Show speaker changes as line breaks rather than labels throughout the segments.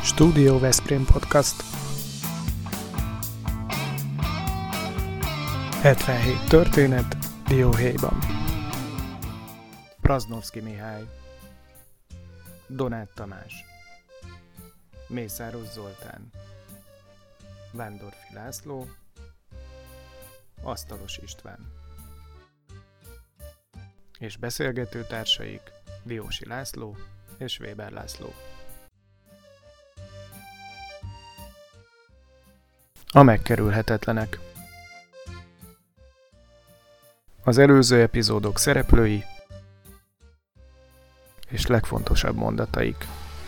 Studio Veszprém Podcast. 77 történet Dióhéjban. Praznovszky Mihály, Donát Tamás, Mészáros Zoltán, Vándorffy László, Asztalos István és beszélgető társaik Diósi László és Weber László. A megkerülhetetlenek. Az előző epizódok szereplői és legfontosabb mondataik.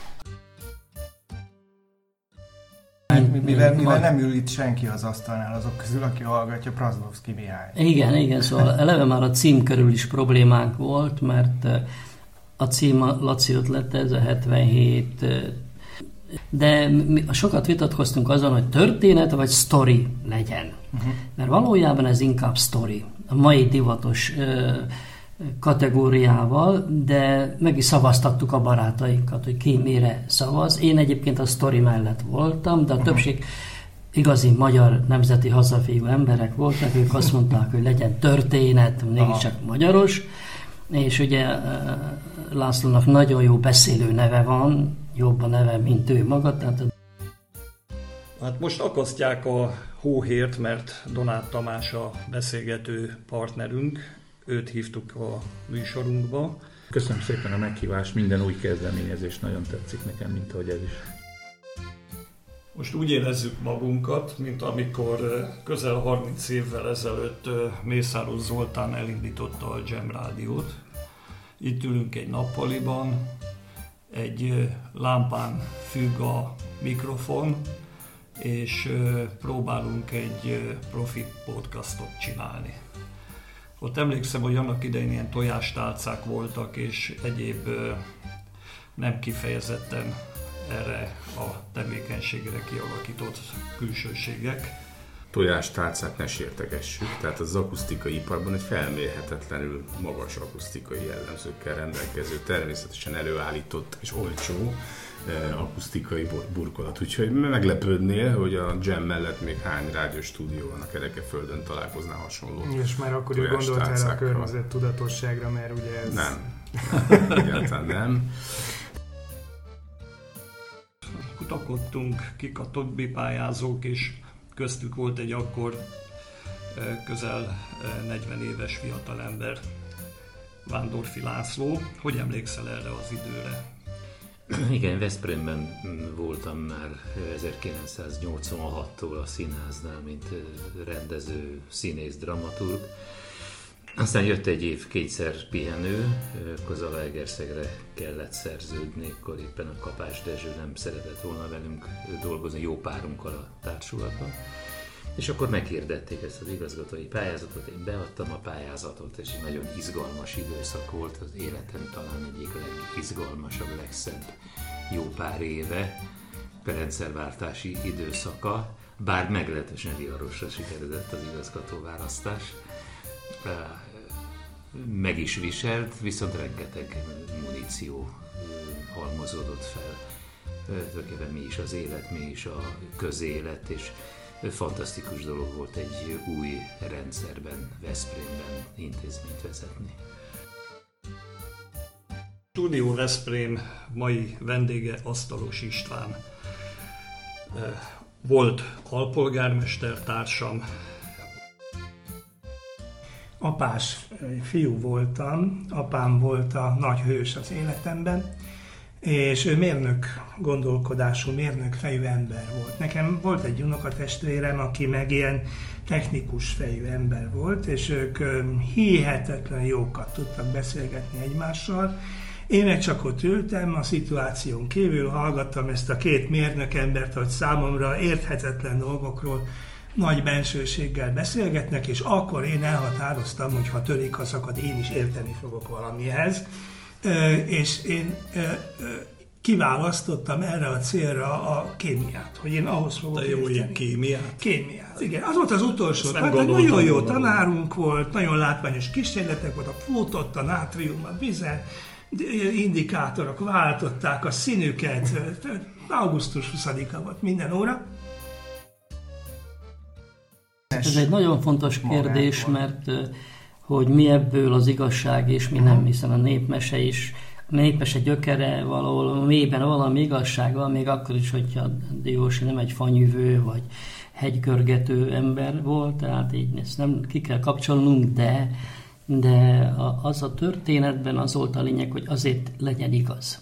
Mivel nem ül itt senki az asztalnál azok közül, aki hallgatja Praznovszky Mihály.
Igen, szóval eleve már a cím körül is problémánk volt, mert a cím a Laci ötlete, ez a 77, de sokat vitatkoztunk azon, hogy történet vagy sztori legyen. Mert valójában ez inkább sztori, a mai divatos kategóriával, de meg is szavaztattuk a barátainkat, hogy ki mire szavaz. Én egyébként a sztori mellett voltam, de a többség igazi magyar nemzeti hazafiú emberek voltak, ők azt mondták, hogy legyen történet, mégiscsak magyaros, és ugye Lászlónak nagyon jó beszélő neve van, jobb a neve, mint ő maga. Tehát...
Hát most akasztják a hóhért, mert Donát Tamás a beszélgető partnerünk, őt hívtuk a műsorunkba.
Köszönöm szépen a meghívást, minden új kezdeményezés nagyon tetszik nekem, mint ahogy ez is.
Most úgy érezzük magunkat, mint amikor közel 30 évvel ezelőtt Mészáros Zoltán elindította a Jam Rádiót. Itt ülünk egy nappaliban, egy lámpán függ a mikrofon, és próbálunk egy profi podcastot csinálni. Ott emlékszem, hogy annak idején ilyen tojástálcák voltak, és egyéb nem kifejezetten erre a tevékenységre kialakított külsőségek.
Tojástálcát ne sértegessük, tehát az akusztikai iparban egy felmérhetetlenül magas akusztikai jellemzőkkel rendelkező, természetesen előállított és olcsó akusztikai burkolat. Úgyhogy meglepődnél, hogy a Jam mellett még hány rádióstúdió van a Kerekeföldön, találkoznál hasonló.
És már akkor ő gondoltál a környezet tudatosságra, mert ugye ez...
Nem, egyáltalán nem.
Kutakodtunk, kik a többi pályázók, és köztük volt egy akkor közel 40 éves fiatalember, Vándorffy László. Hogy emlékszel erre az időre?
Igen, Veszprémben voltam már 1986-tól a színháznál, mint rendező, színész, dramaturg. Aztán jött egy év, kétszer pihenő, Zalaegerszegre kellett szerződni, akkor éppen a Kapás Dezső nem szeretett volna velünk dolgozni, jó párunkkal a társulatban. És akkor meghirdették ezt az igazgatói pályázatot, én beadtam a pályázatot, és egy nagyon izgalmas időszak volt, az életem talán egyik legizgalmasabb, legszebb jó pár éve, rendszerváltási időszaka, bár meglehetősen viharosra sikeredett az igazgatóválasztás. Meg is viselt, viszont rengeteg muníció halmozódott fel. Tulajdonképpen mi is az élet, mi is a közélet, és fantasztikus dolog volt egy új rendszerben, Veszprémben intézményt vezetni.
Studio Veszprém mai vendége Asztalos István. Volt alpolgármester társam.
Apás fiú voltam, apám volt a nagy hős az életemben, és ő mérnök gondolkodású, mérnök fejű ember volt. Nekem volt egy unokatestvérem, aki meg ilyen technikus fejű ember volt, és ők hihetetlen jókat tudtak beszélgetni egymással. Én meg csak ott ültem, a szituáción kívül hallgattam ezt a két mérnök embert, hogy számomra érthetetlen dolgokról nagy bensőséggel beszélgetnek, és akkor én elhatároztam, hogy ha törik a szakad, én is érteni fogok valamihez. És én kiválasztottam erre a célra a kémiát, hogy én ahhoz fogok érteni. Kémiát, igen. Az volt az utolsó. Nagyon jó tanárunk volt, nagyon látványos kísérletek voltak, futott a nátrium a vizen, indikátorok váltották a színüket, augusztus 20-a volt minden óra.
Ez egy nagyon fontos kérdés, mert hogy mi ebből az igazság és mi nem, hiszen a népmese gyökere valahol mélyben valami igazság van, még akkor is, hogyha Diósi nem egy fanyüvő vagy hegygörgető ember volt, tehát így ezt nem ki kell kapcsolnunk, de az a történetben az volt a lényeg, hogy azért legyen igaz.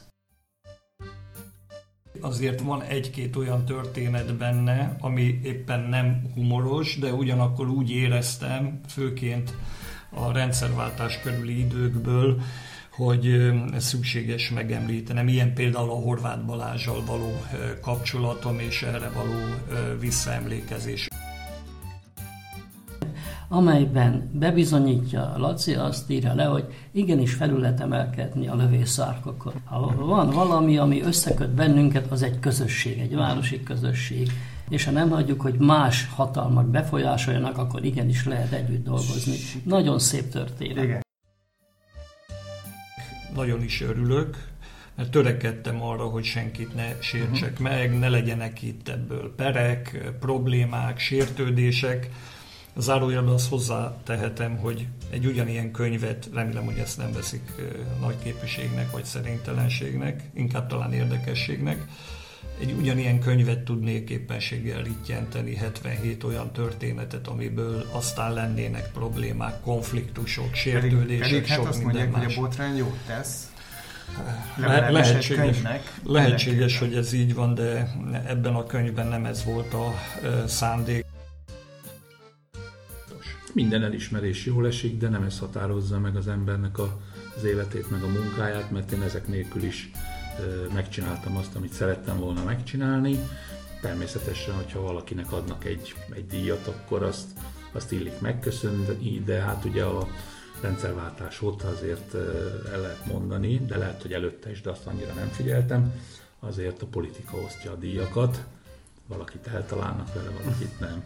Azért van egy-két olyan történet benne, ami éppen nem humoros, de ugyanakkor úgy éreztem, főként a rendszerváltás körüli időkből, hogy szükséges megemlítenem. Ilyen például a Horváth Balázssal való kapcsolatom és erre való visszaemlékezés.
Amelyben bebizonyítja Laci, azt írja le, hogy igenis felül lehet emelkedni a lövészárkokon. Ha van valami, ami összeköt bennünket, az egy közösség, egy városi közösség. És ha nem hagyjuk, hogy más hatalmak befolyásoljanak, akkor igenis lehet együtt dolgozni. Nagyon szép történet.
Igen.
Nagyon is örülök, mert törekedtem arra, hogy senkit ne sértsek meg, ne legyenek itt ebből perek, problémák, sértődések. Zárójelben azt hozzátehetem, hogy egy ugyanilyen könyvet, remélem, hogy ezt nem veszik nagy képűségnek vagy szerénytelenségnek, inkább talán érdekességnek, egy ugyanilyen könyvet tudnék éppenséggel rittyenteni, 77 olyan történetet, amiből aztán lennének problémák, konfliktusok, sértődések,
pedig
sok
azt
minden
mondják,
más.
hogy a botrány jót tesz.
Lehetséges, hogy ez így van, de ebben a könyvben nem ez volt a szándék.
Minden elismerés jól esik, de nem ez határozza meg az embernek az életét, meg a munkáját, mert én ezek nélkül is megcsináltam azt, amit szerettem volna megcsinálni. Természetesen, hogyha valakinek adnak egy díjat, akkor azt illik megköszönni, de hát ugye a rendszerváltás óta azért el lehet mondani, de lehet, hogy előtte is, de azt annyira nem figyeltem, azért a politika osztja a díjakat, valakit eltalálnak vele, valakit nem.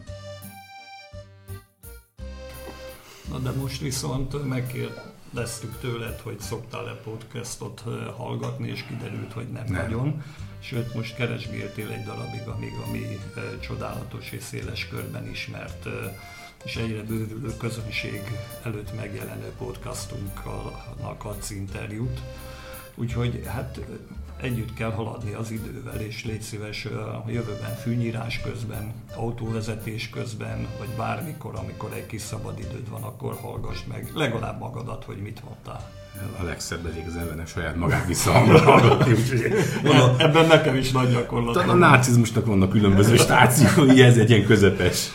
Na de most viszont megkérdeztük tőled, hogy szoktál-e podcastot hallgatni, és kiderült, hogy nem nagyon. Sőt, most keresgéltél egy darabig, amíg a mi csodálatos és széles körben ismert és egyre bővülő közönség előtt megjelenő podcastunknak adsz interjút. Úgyhogy hát együtt kell haladni az idővel, és légy szíves a jövőben fűnyírás közben, autóvezetés közben, vagy bármikor, amikor egy kis szabadidőd van, akkor hallgass meg legalább magadat, hogy mit mondtál.
A legszebb elég az embernek saját magát visszahallgatni, úgyhogy
ebben nekem is nagy gyakorlat.
A narcizmusnak vannak különböző stációi, ez egy ilyen közepes.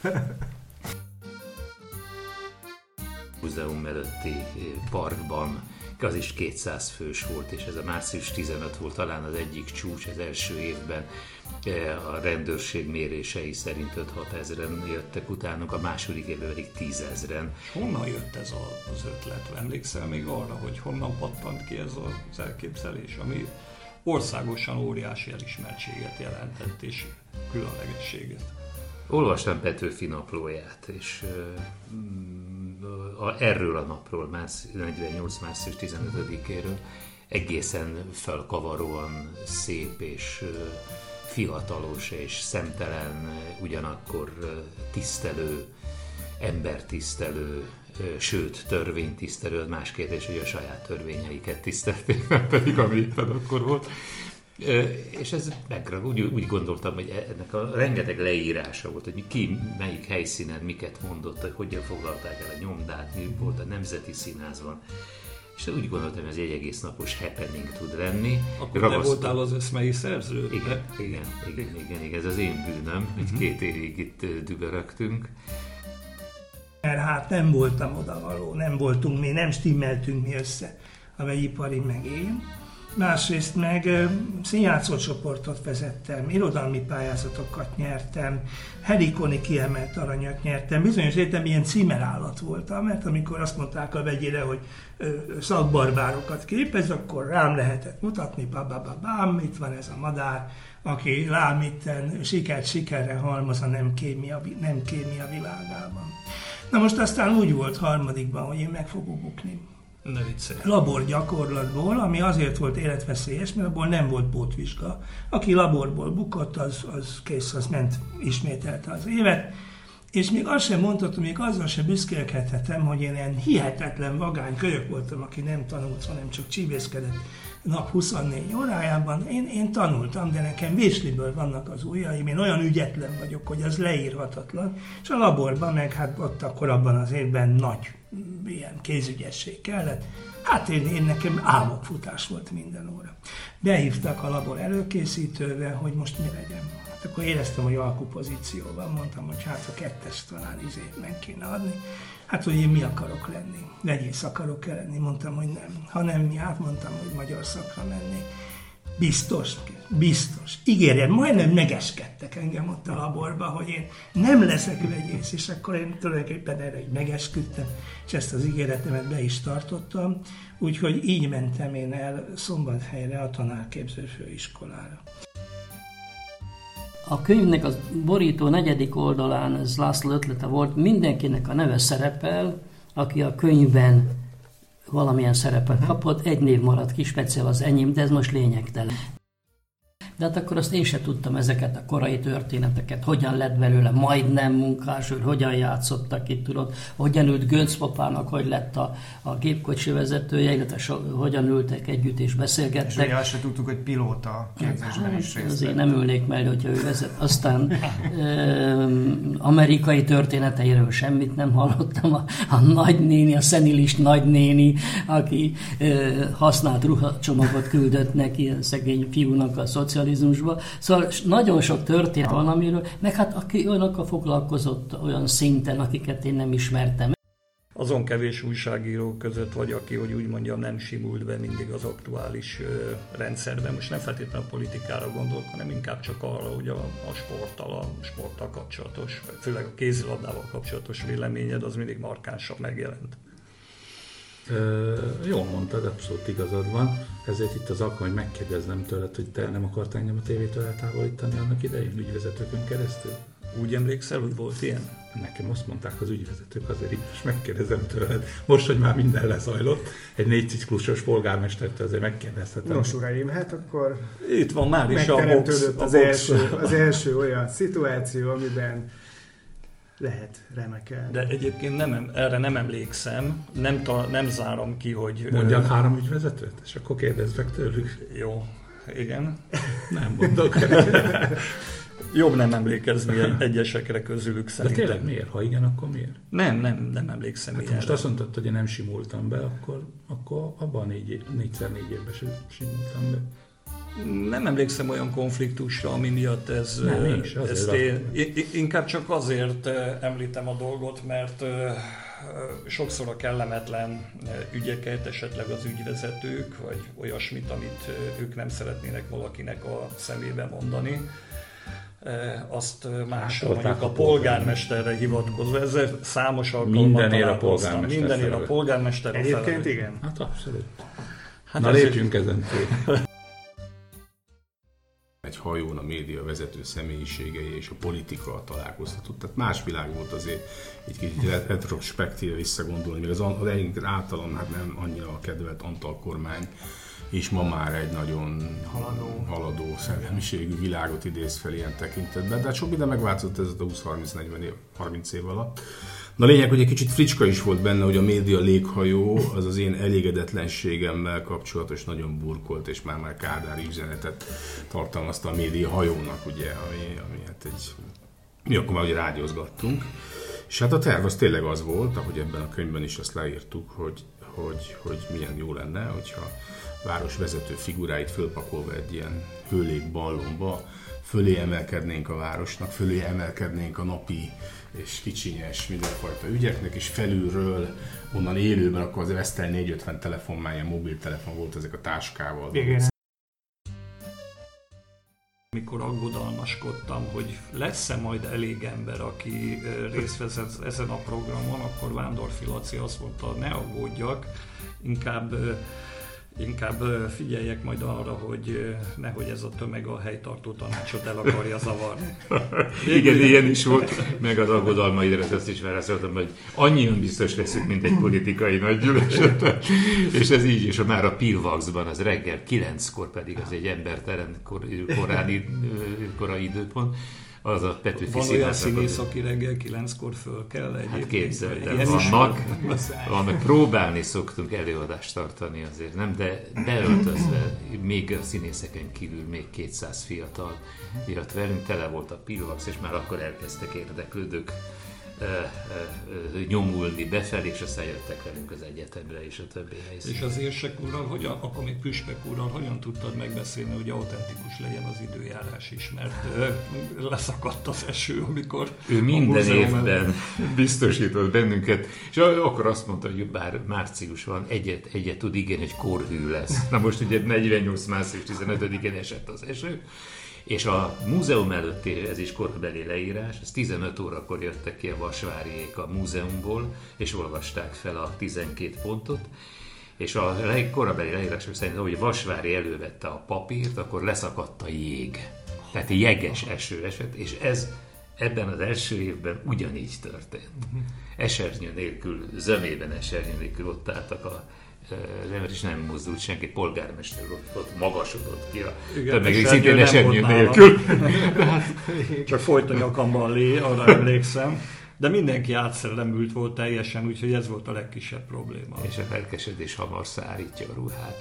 Múzeum előtti parkban, az is 200 fős volt, és ez a március 15 volt talán az egyik csúcs az első évben. A rendőrség mérései szerint 5-6 ezeren jöttek utánuk, a második évben pedig 10 000-en.
Honnan jött ez az ötlet? Emlékszel még arra, hogy honnan pattant ki ez az elképzelés, ami országosan óriási elismertséget jelentett és különlegességet?
Olvastam Petőfi naplóját, és erről a napról, 48. március 15-éről egészen felkavaróan szép és fiatalos és szemtelen, ugyanakkor tisztelő, embertisztelő, sőt törvénytisztelő, más kérdés, hogy a saját törvényeiket tisztelték, pedig ami éppen akkor volt. És ez úgy gondoltam, hogy ennek a rengeteg leírása volt, hogy ki, melyik helyszínen miket mondott, hogy hogyan foglalták el a nyomdát, mi volt a Nemzeti Színházban. És úgy gondoltam, hogy ez egy egész napos happening tud lenni.
Akkor te voltál az eszmei szerző?
Igen, ez az én bűnöm, hogy 2 évig itt dübörögtünk.
Mert hát nem voltam odavaló, nem voltunk mi, nem stimmeltünk mi össze, a vegyipari meg én. Másrészt meg színjátszó csoportot vezettem, irodalmi pályázatokat nyertem, Helikoni kiemelt aranyat nyertem, bizonyos értem ilyen címerállat voltam, mert amikor azt mondták a vegyére, hogy szakbarbárokat képez, akkor rám lehetett mutatni, babababám, itt van ez a madár, aki lám itten sikert sikerre halmoz a nem kémia világában. Na most aztán úgy volt harmadikban, hogy én meg fogok bukni. laborgyakorlatból, ami azért volt életveszélyes, mert abból nem volt pótvizsga. Aki laborból bukott, az kész, az ment, ismételte az évet. És még azt sem mondhatom, még azzal sem büszkélkedhetem, hogy én ilyen hihetetlen vagány kölyök voltam, aki nem tanult, hanem csak csívészkedett nap 24 órájában. Én tanultam, de nekem vésliből vannak az ujjaim, én olyan ügyetlen vagyok, hogy az leírhatatlan. És a laborban, meg hát ott akkor abban az évben nagy ilyen kézügyesség kellett. Hát én nekem álmokfutás volt minden óra. Behívtak a labor előkészítőbe, hogy most mi legyen. Hát akkor éreztem, hogy alkupozícióban, mondtam, hogy hát a 2-es talán meg kéne adni. Hát, hogy én mi akarok lenni, vegyész akarok lenni, mondtam, hogy nem. Ha nem mi, hát mondtam, hogy magyar szakra menni. Biztos. Ígérjem, majdnem megeskedtek engem ott a laborban, hogy én nem leszek vegyész, és akkor én tulajdonképpen erre így megesküdtem, és ezt az ígéretemet be is tartottam, úgyhogy így mentem én el Szombathelyre a tanárképző főiskolára.
A könyvnek a borító 4. oldalán, ez László ötlete volt, mindenkinek a neve szerepel, aki a könyvben valamilyen szerepet kapott, egy név maradt ki, speciál az enyém, de ez most lényegtelen. De hát akkor azt én sem tudtam ezeket a korai történeteket, hogyan lett belőle majdnem munkásőr, hogyan játszottak itt, tudod, hogyan ült Gönc papának, hogy lett a gépkocsi vezetője, illetve hogyan ültek együtt és beszélgettek.
És ugye azt sem tudtuk, hogy pilóta képzésben is részt.
Azért nem ülnék mellé, hogyha ő vezet. Aztán amerikai történeteiről semmit nem hallottam. A nagynéni, a szenilis nagynéni, aki használt ruhacsomagot küldött neki, a szegény fiúnak a szocializmusba. Szóval nagyon sok történet van, amiről, meg hát aki olyanokkal foglalkozott olyan szinten, akiket én nem ismertem.
Azon kevés újságíró között vagy, aki, hogy úgy mondjam, nem simult be mindig az aktuális rendszerben. Most nem feltétlenül a politikára gondolok, hanem inkább csak arra, hogy a sporttal kapcsolatos, főleg a kézilabdával kapcsolatos véleményed az mindig markánsabb megjelent.
Jól mondtad, abszolút igazad van, ezért itt az alkalom, hogy megkérdeznem tőled, hogy te nem akart engem a tévétől eltávolítani annak idején ügyvezetőkön keresztül?
Úgy emlékszel, hogy volt ilyen?
Nekem azt mondták az ügyvezetők, azért itt most megkérdezem tőled. Most, hogy már minden lezajlott, egy 4 ciklusos polgármestertől azért megkérdezhetem.
Nos, uraim, hát akkor
itt van már is a box.
Az első olyan szituáció, amiben lehet remekelni.
De egyébként erre nem emlékszem, nem zárom ki, hogy...
Mondjak 3 ügyvezetőt, és akkor kérdezd meg tőlük.
Jó, igen.
Nem mondok.
Jobb nem emlékezni egyesekre közülük szerintem.
De tényleg miért? Ha igen, akkor miért?
Nem emlékszem
hát
ilyenre.
Most azt mondtad, hogy én nem simultam be, akkor abban 4x4 évben sem simultam be.
Nem emlékszem olyan konfliktusra, ami miatt ez...
Nem,
inkább csak azért említem a dolgot, mert sokszor a kellemetlen ügyeket, esetleg az ügyvezetők, vagy olyasmit, amit ők nem szeretnének valakinek a szemébe mondani, azt más, mondjuk a polgármesterre hivatkozva, ezzel számos alkalommal találkoztam. Mindenért a polgármesterre
Egyébként igen.
Hát abszolút. Hát na lépjünk ezen túl.
Egy hajón a média vezető személyiségei és a politika találkoztatott. Tehát más világ volt azért egy kicsit retrospektíve visszagondolni, még az általam hát nem annyira kedvelt Antal kormány, és ma már egy nagyon haladó szellemiségű világot idéz fel ilyen tekintetben. De hát sok minden megváltozott ez a 20-30 év alatt. Na lényeg, hogy egy kicsit fricska is volt benne, hogy a média léghajó az én elégedetlenségemmel kapcsolatos nagyon burkolt, és már kádári üzenetet tartalmazta a média hajónak, ugye, ami hát mi akkor már ugye rádiózgattunk. És hát a terv az tényleg az volt, ahogy ebben a könyvben is azt leírtuk, hogy milyen jó lenne, hogyha városvezető figuráit fölpakolva egy ilyen hőlékballonba fölé emelkednénk a városnak, fölé emelkednénk a napi és kicsinyes mindenfajta ügyeknek, és felülről, onnan élőben, akkor az Vestel 450 telefon, már ilyen mobiltelefon volt ezek a táskával.
Igen.
Mikor aggodalmaskodtam, hogy lesz-e majd elég ember, aki részt vesz ezen a programon, akkor Vándorfi Laci azt mondta, ne aggódjak, inkább Inkább figyeljek majd arra, hogy nehogy ez a tömeg a helytartó tanácsot el akarja zavarni.
Igen, ilyen is volt, meg az aggodalmaidra azt is válaszoltam, hogy annyian biztos leszünk, mint egy politikai nagygyűlésben, és ez így is, már a Pilvaxban, az reggel 9-kor pedig az egy embertelen korai időpont, az a Petőfi
Van olyan
Színháznak
színész, aki reggel 9-kor föl kell egyébként.
Hát képzeld el,
Ilyen is
vannak, próbálni szoktunk előadást tartani azért, nem, de beöltözve, még a színészeken kívül még 200 fiatal jött velünk, tele volt a Pilvax, és már akkor elkezdtek érdeklődők nyomulni befelé, és aztán jöttek velünk az egyetemre és a többi helyszínre.
És az érsek úrral, akkor még Püspök úrral, hogyan tudtad megbeszélni, hogy autentikus legyen az időjárás is, mert leszakadt az eső, amikor
ő minden évben biztosított bennünket, és akkor azt mondta, hogy bár március van, egyet tud igen, hogy korhű lesz. Na most ugye 48. március 15-én esett az eső, és a múzeum előtti, ez is korabeli leírás, ez 15 órakor jöttek ki a Vasváriék a múzeumból, és olvasták fel a 12 pontot, és a korabeli leírások szerint, ahogy Vasvári elővette a papírt, akkor leszakadt a jég. Tehát jeges eső esett, és ez ebben az első évben ugyanígy történt. Esernyő nélkül, zömében esernyő nélkül ott álltak az ember is nem mozdult senki, polgármester ott magasodott ki a tömeg, szintén esernyő nélkül.
Csak folyt a nyakamban lé, arra emlékszem. De mindenki átszellemült volt teljesen, úgyhogy ez volt a legkisebb probléma.
És a felkesedés hamar szárítja a ruhát.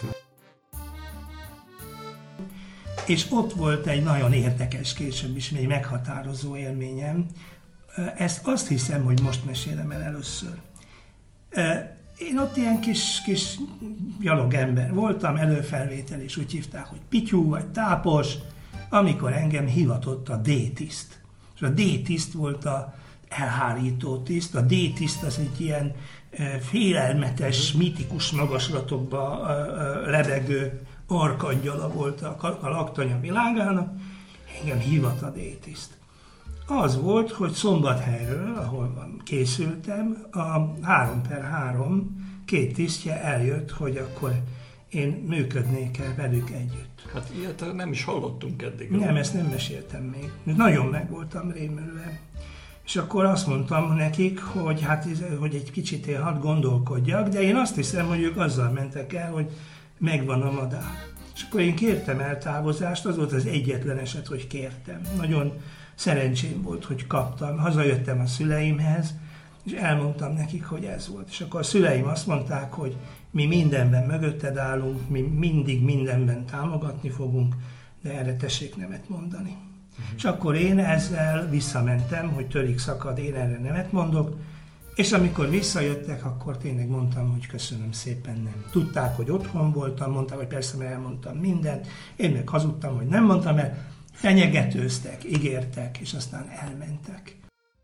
És ott volt egy nagyon érdekes, később is egy meghatározó élményem. Ezt azt hiszem, hogy most mesélem el először. Én ott ilyen kis gyalog ember voltam, előfelvétel, és úgy hívták, hogy Pityú vagy Tápos, amikor engem hivatott a D-tiszt. És a D-tiszt volt a elhárító tiszt. A D-tiszt az egy ilyen félelmetes, mitikus magaslatokba lebegő arkangyala volt a laktanya világának, engem hívat a D-tiszt. Az volt, hogy Szombathelyről, ahol készültem, a 3x3 két tisztje eljött, hogy akkor én működnék-e velük együtt.
Hát ilyet nem is hallottunk eddig.
Nem, ezt nem meséltem még. Nagyon meg voltam rémülve. És akkor azt mondtam nekik, hogy hogy egy kicsit én hadd gondolkodjak, de én azt hiszem, hogy ők azzal mentek el, hogy megvan a madár. És akkor én kértem eltávozást, az volt az egyetlen eset, hogy kértem. Nagyon szerencsém volt, hogy kaptam. Hazajöttem a szüleimhez, és elmondtam nekik, hogy ez volt. És akkor a szüleim azt mondták, hogy mi mindenben mögötted állunk, mi mindig mindenben támogatni fogunk, de erre tessék nemet mondani. És akkor én ezzel visszamentem, hogy törik szakad, én erre nemet mondok, és amikor visszajöttek, akkor tényleg mondtam, hogy köszönöm szépen, nem. Tudták, hogy otthon voltam, mondták, hogy persze, mert elmondtam mindent, én meg hazudtam, hogy nem mondtam el, fenyegetőztek, ígértek, és aztán elmentek.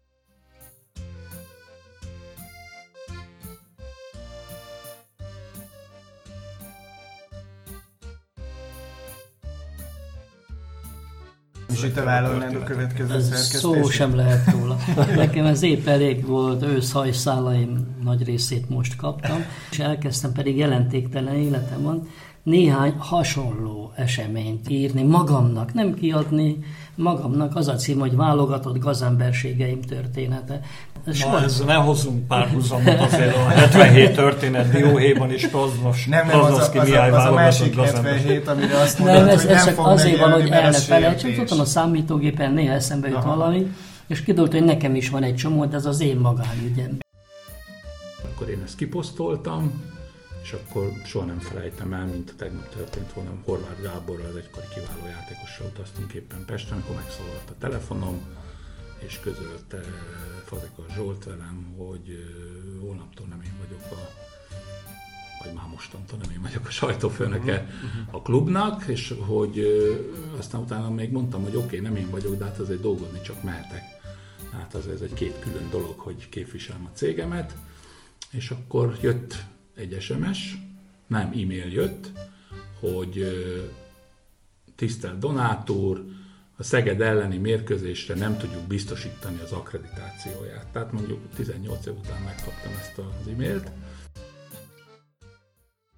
És itt a vállalnád a következő
ez
szerkesztés?
szó sem lehet róla. Nekem ez épp elég volt, őszhajszálaim nagy részét most kaptam, és elkezdtem, pedig jelentéktelen életem van, néhány hasonló eseményt írni magamnak, nem kiadni magamnak. Az a cím, hogy válogatott gazemberségeim története.
Ne hozzunk párhuzamot azért a 77 történet Dióhéjban és Krasnoszki Mihály
az a
válogatott
másik 77, amire azt mondod,
nem,
hogy nem
csak
fog
azért van, hogy el ne
felejtsem.
felejtsem. Tudtam, a számítógépen néha eszembe jut valami, és kiderült, hogy nekem is van egy csomó, de ez az én magánügyem.
Akkor én ezt kiposztoltam, és akkor soha nem felejtem el, mint a tegnap történt volna, Horváth Gáborral, az egykori kiváló játékossal utaztunk éppen Pesten, akkor megszólalt a telefonom, és közölte Fazekas Zsolt velem, hogy holnaptól nem én vagyok vagy már mostantól nem én vagyok a sajtófőnöke a klubnak, és hogy aztán utána még mondtam, hogy oké, nem én vagyok, de hát azért dolgozni csak mehetek. Hát ez egy két külön dolog, hogy képviselem a cégemet, és akkor jött egy SMS, nem e-mail jött, hogy tisztelt Donátor, a Szeged elleni mérkőzésre nem tudjuk biztosítani az akkreditációját. Tehát mondjuk 18 év után megkaptam ezt az e-mailt.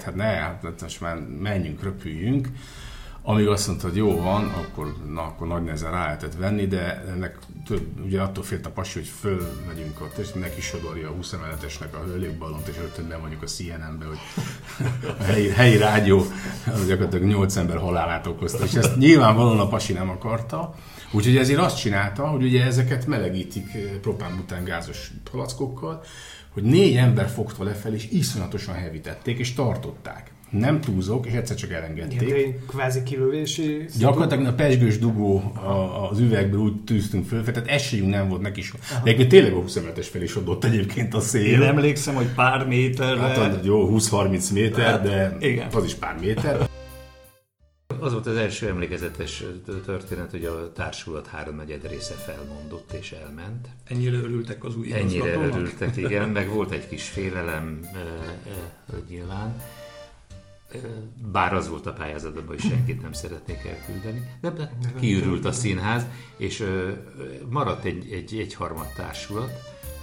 hát most már menjünk, röpüljünk. Amíg azt mondta, hogy jó van, akkor nagy nehezen rá lehetett venni, de ennek ugye attól félt a pasi, hogy fölmegyünk ott, és neki sodorja a 20 emeletesnek a hőlégballont, és rögtön bemondjuk a CNN-be, hogy a helyi rádió gyakorlatilag 8 ember halálát okozta, és ezt nyilvánvalóan a pasi nem akarta, úgyhogy ezért azt csinálta, hogy ugye ezeket melegítik propán-bután-gázos palackokkal, hogy 4 ember fogta lefelé, és iszonyatosan hevítették, és tartották. Nem túlzok, és egyszer csak elengedték.
Igen, kvázi kilövési...
Gyakorlatilag a pezsgős dugó az üvegből úgy tűztünk föl, tehát esélyünk nem volt neki is. De egyébként tényleg a 20 emeletes felé sodott egyébként a szél.
Én emlékszem, hogy pár méterre...
Hát jó, 20-30 méter, de
igen.
Az is pár méter.
Az volt az első emlékezetes történet, hogy a társulat 3/4 része felmondott és elment.
Ennyire örültek az új igazgatónak?
Ennyire örültek, igen, meg volt egy kis félelem nyilván. Bár az volt a pályázatban, hogy senkit nem szeretnék elküldeni, de kiürült a színház, és maradt egy harmad társulat,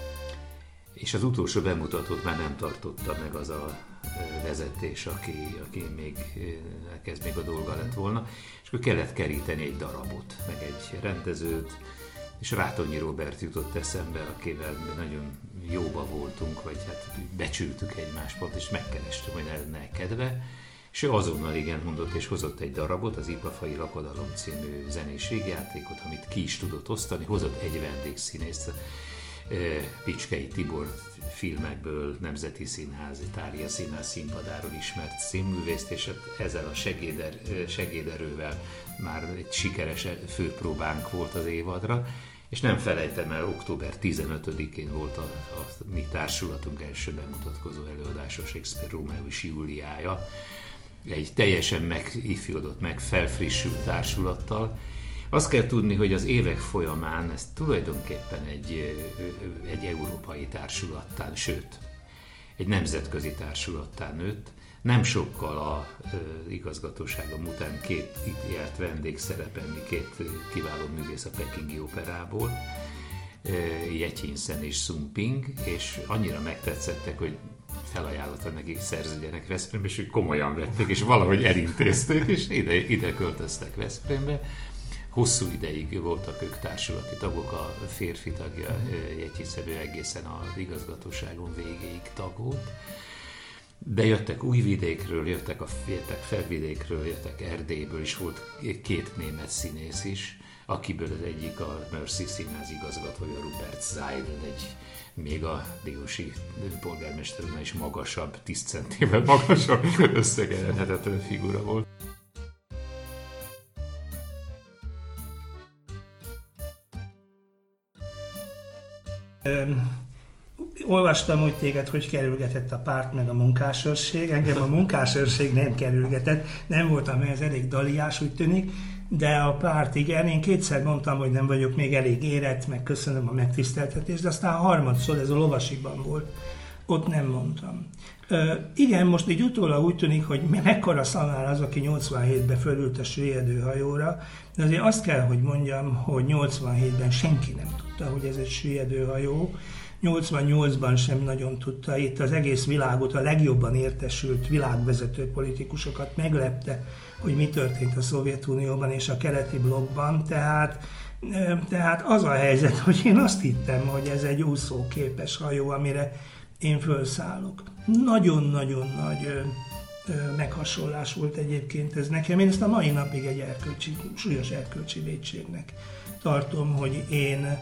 és az utolsó bemutatót már nem tartotta meg az a vezetés, aki még a dolga lett volna, és akkor kellett keríteni egy darabot, meg egy rendezőt, és Rátonyi Róbert jutott eszembe, akivel nagyon jóba voltunk, vagy hát becsültük egymást, és megkerestük, hogy lenne kedve, és ő azonnal igen mondott, és hozott egy darabot, az Ipafai Lakodalom című zenés végjátékot, amit ki is tudott osztani, hozott egy vendégszínészt, Picskei Tibor filmekből, Nemzeti Színház, Itália Színház színpadáról ismert színművészt, és ezzel a segéderővel már egy sikeres főpróbánk volt az évadra, és nem felejtem el, október 15-én volt a mi társulatunk első bemutatkozó előadása, Shakespeare Rómeó és Júliája, egy teljesen megifjodott, felfrissült társulattal. Azt kell tudni, hogy az évek folyamán ez tulajdonképpen egy európai társulattá, sőt, egy nemzetközi társulattá nőtt. Nem sokkal a igazgatóságom után 2 járt vendégszerepelni, 2 kiváló művész a Pekingi Operából, Jetyinsen és Sun Ping, és annyira megtetszettek, hogy felajánlotta nekik szerződjenek Veszprémbe, és hogy komolyan vették, és valahogy elintézték, és ide költöztek Veszprémbe. Hosszú ideig voltak ők társulati tagok, a férfi tagja Jetyinsen egészen az igazgatóságon végéig tag volt. De jöttek Újvidékről, jöttek Felvidékről, jöttek Erdélyből, és volt 2 német színész is, akiből az egyik a Mercy Színház igazgatója, Rupert Seidel, még a diósi polgármesterünknél is magasabb, 10 centivel magasabb, összegeredhetetlen figura volt.
Olvastam úgy téged, hogy kerülgetett a párt meg a munkásőrség. Engem a munkásőrség nem kerülgetett, nem voltam ez elég daliás, úgy tűnik, de a párt igen. Én 2-szer mondtam, hogy nem vagyok még elég érett, meg köszönöm a megtiszteltetést, de aztán harmadszor, ez a Lovasiban volt, ott nem mondtam. Igen, most így utólag úgy tűnik, hogy mekkora szanál az, aki 87-ben fölült a süllyedőhajóra, de azért azt kell, hogy mondjam, hogy 87-ben senki nem tudta, hogy ez egy süllyedőhajó. 88-ban sem nagyon tudta, itt az egész világot, a legjobban értesült világvezető politikusokat meglepte, hogy mi történt a Szovjetunióban és a keleti blokkban, tehát az a helyzet, hogy én azt hittem, hogy ez egy úszóképes hajó, amire én felszállok. Nagyon-nagyon nagy meghasonlás volt egyébként ez nekem. Én ezt a mai napig egy súlyos erkölcsi vétségnek tartom, hogy én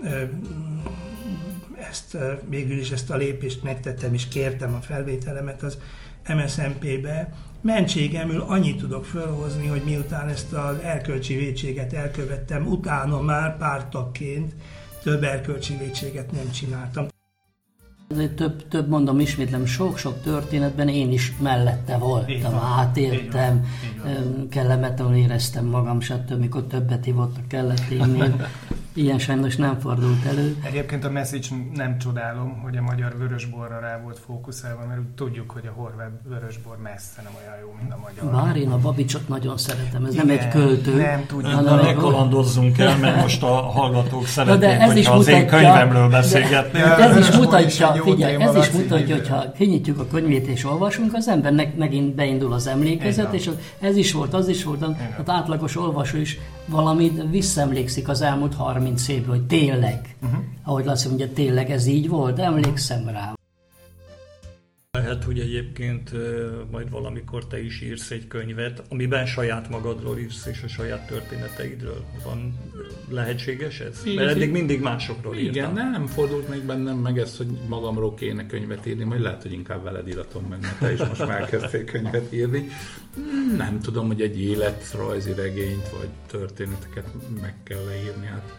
végül is ezt a lépést megtettem, és kértem a felvételemet az MSZNP-be. Mentségemül annyit tudok felhozni, hogy miután ezt az erkölcsi vétséget elkövettem, utána már párttagként több erkölcsi vétséget nem csináltam.
Több mondom, ismétlem, sok-sok történetben én is mellette voltam, átéltem, kellemetlenül éreztem magam, stb. Mikor többet hívott, kellett inni. Ilyen sajnos nem fordult elő.
Egyébként a message nem csodálom, hogy a magyar vörösborra rá volt fókuszálva, mert tudjuk, hogy a horvát vörösbor messze nem olyan jó, mint a magyar.
Bár én a Babicsot nagyon szeretem, ez
Igen,
nem egy költő.
Nem tudjuk.
Ne kalandozzunk el, mert most a hallgatók szeretnék,
ez is
hogyha az én könyvemről beszélgetnél.
Ez is
Vörösbor is
mutatja,
egy jó
figyelj,
téma,
ez is
Laci,
mutatja,
ide.
hogyha kinyitjuk a könyvét és olvasunk, az embernek megint beindul az emlékezet, és ez is volt, az is volt, az átlagos olvasó is valamit visszaemlékszik az elmúlt 30 évből, hogy tényleg, ahogy Laci mondja, tényleg ez így volt, emlékszem rá.
Lehet, hogy egyébként majd valamikor te is írsz egy könyvet, amiben saját magadról írsz és a saját történeteidről. Van lehetséges ez? Mert eddig mindig másokról írtam.
Igen, nem fordult még bennem meg ez, hogy magamról kéne könyvet írni, majd lehet, hogy inkább veled íratom meg, mert te is most már elkezdtél könyvet írni. Nem tudom, hogy egy életrajzi regényt vagy történeteket meg kell leírni. Hát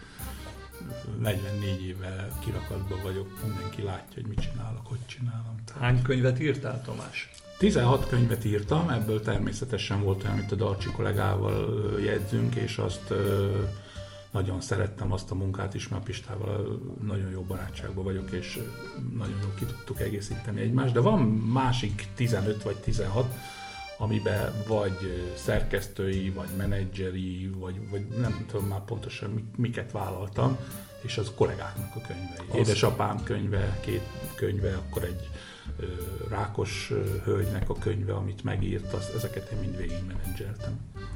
44 éve kirakatban vagyok, mindenki látja, hogy mit csinálok, hogy csinálom.
Hány könyvet írtál, Tamás?
16 könyvet írtam, ebből természetesen volt olyan, amit a Darcsi kollégával jegyzünk, és azt nagyon szerettem azt a munkát is, mert Pistával nagyon jó barátságban vagyok, és nagyon jól ki tudtuk egészíteni egymást, de van másik 15 vagy 16, amiben vagy szerkesztői, vagy menedzseri, vagy nem tudom már pontosan miket vállaltam, és az kollégáknak a könyvei. Édesapám könyve, 2 könyve, akkor egy rákos hölgynek a könyve, amit megírt, ezeket én mind végig menedzseltem.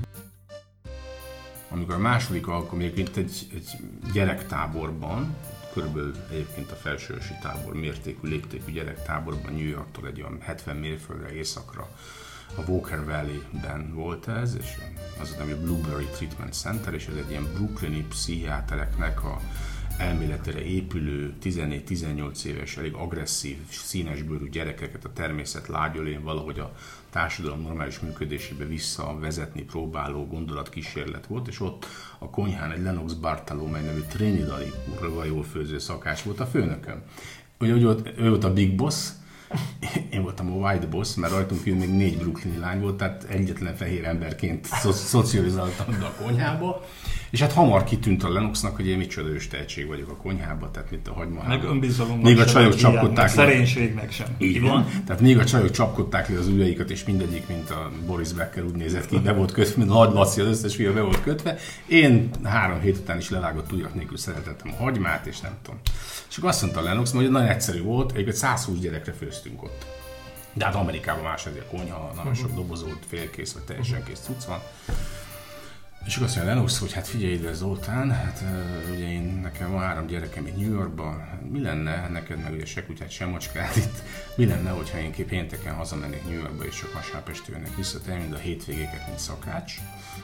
Amikor a második alkalomként egy gyerektáborban, körülbelül egyébként a felsőösi tábor mértékű, léptékű gyerektáborban, New Yorktól egy olyan 70 mérföldre északra, a Walker Valley-ben volt ez, és az a neve Blueberry Treatment Center, és ez egy ilyen brooklyni pszichiátereknek a elméletére épülő 14-18 éves, elég agresszív, színesbőrű gyerekeket a természet lágyölén valahogy a társadalom normális működésébe visszavezetni próbáló gondolatkísérlet volt, és ott a konyhán egy Lennox Bartholomew nevű trinidadi kurva jól főző szakács volt a főnököm. Ugye ő volt a Big Boss, én voltam a White Boss, mert rajtunk kívül még 4 brooklyni lány volt, tehát egyetlen fehér emberként szocializáltam be a konyhába, és hát hamar kitűnt a Lennoxnak, hogy én micsoda ős tehetség vagyok a konyhába, tehát mint a hagymahában.
Meg önbizalomnak
még a csajok csapkodták.
Szerénységnek sem.
Így van. Tehát még a csajok csapkodták le az ujjaikat, és mindegyik, mint a Boris Becker úgy nézett ki, be volt kötve, mint a Nagy Laci, az összes fia be volt kötve. Én 3 hét után is levágott ujjak nélkül szeretettem a hagymát, és nem tudom. És akkor azt mondta a Lennox, hogy nagyon egyszerű volt, egyébként 120 gyerekre főztünk ott. De hát Amerikában más ez a konyha, nagyon sok dobozolt, félkész vagy teljesen kész cucc van. És akkor azt mondja Lennox, hogy hát figyelj ide Zoltán, hát ugye nekem van 3 gyerekem itt New Yorkban, mi lenne, neked meg ugye se kutyát, se macskát itt, mi lenne, hogyha én pénteken hazamennék New Yorkba, és csak vasárnap este jönnek vissza, te mind a hétvégéket, mint szakács,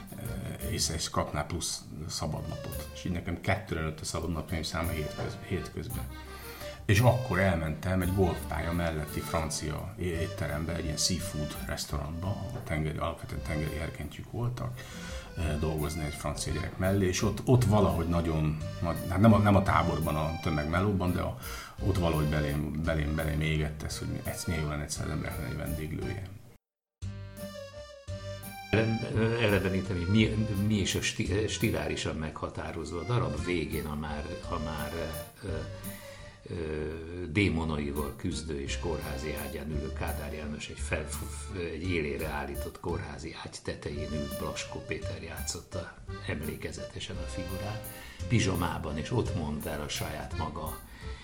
és kapnál plusz szabadnapot. És így nekem 2-re nőtt a szabadnapjaim száma hétközben. És akkor elmentem egy golfpálya melletti francia étterembe, egy ilyen seafood restaurantba, ahol alapvetően tengeri erkentjük voltak, dolgozni egy francia gyerek mellé, és ott valahogy nagyon, hát nem a táborban, a tömegmelóban, de ott valahogy belém égett ez, hogy ez milyen jó lenne egyszer az embernek egy vendéglője.
Eleveníteni, mi is a stilárisan meghatározó a darab végén, a már démonaival küzdő és kórházi ágyán ülő Kádár János egy élére állított kórházi ágy tetején ült, Blaskó Péter játszotta emlékezetesen a figurát, pizsamában, és ott mondta el a saját maga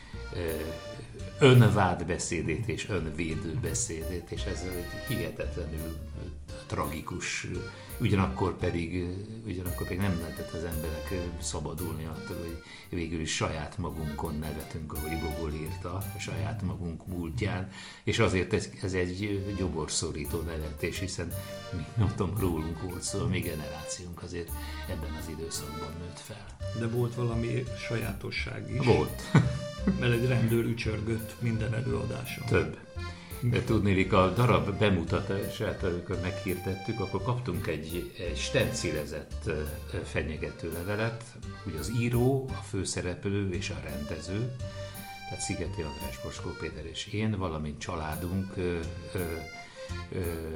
önvádbeszédét és önvédő beszédét, és ez egy hihetetlenül tragikus, ugyanakkor pedig nem lehetett az emberek szabadulni attól, hogy végül is saját magunkon nevetünk, ahogy Gogol írta, a saját magunk múltján, és azért ez egy gyoborszorító nevetés, hiszen mi nem tudom, rólunk volt szó, a mi generációnk azért ebben az időszakban nőtt fel.
De volt valami sajátosság is.
Volt.
Mert egy rendőr ücsörgött minden előadáson.
Több. De tudnélik, a darab bemutatását, amikor meghirdettük, akkor kaptunk egy stencilezett fenyegető levelet, ugye az író, a főszereplő és a rendező, tehát Szigeti András, Blaskó Péter és én, valamint családunk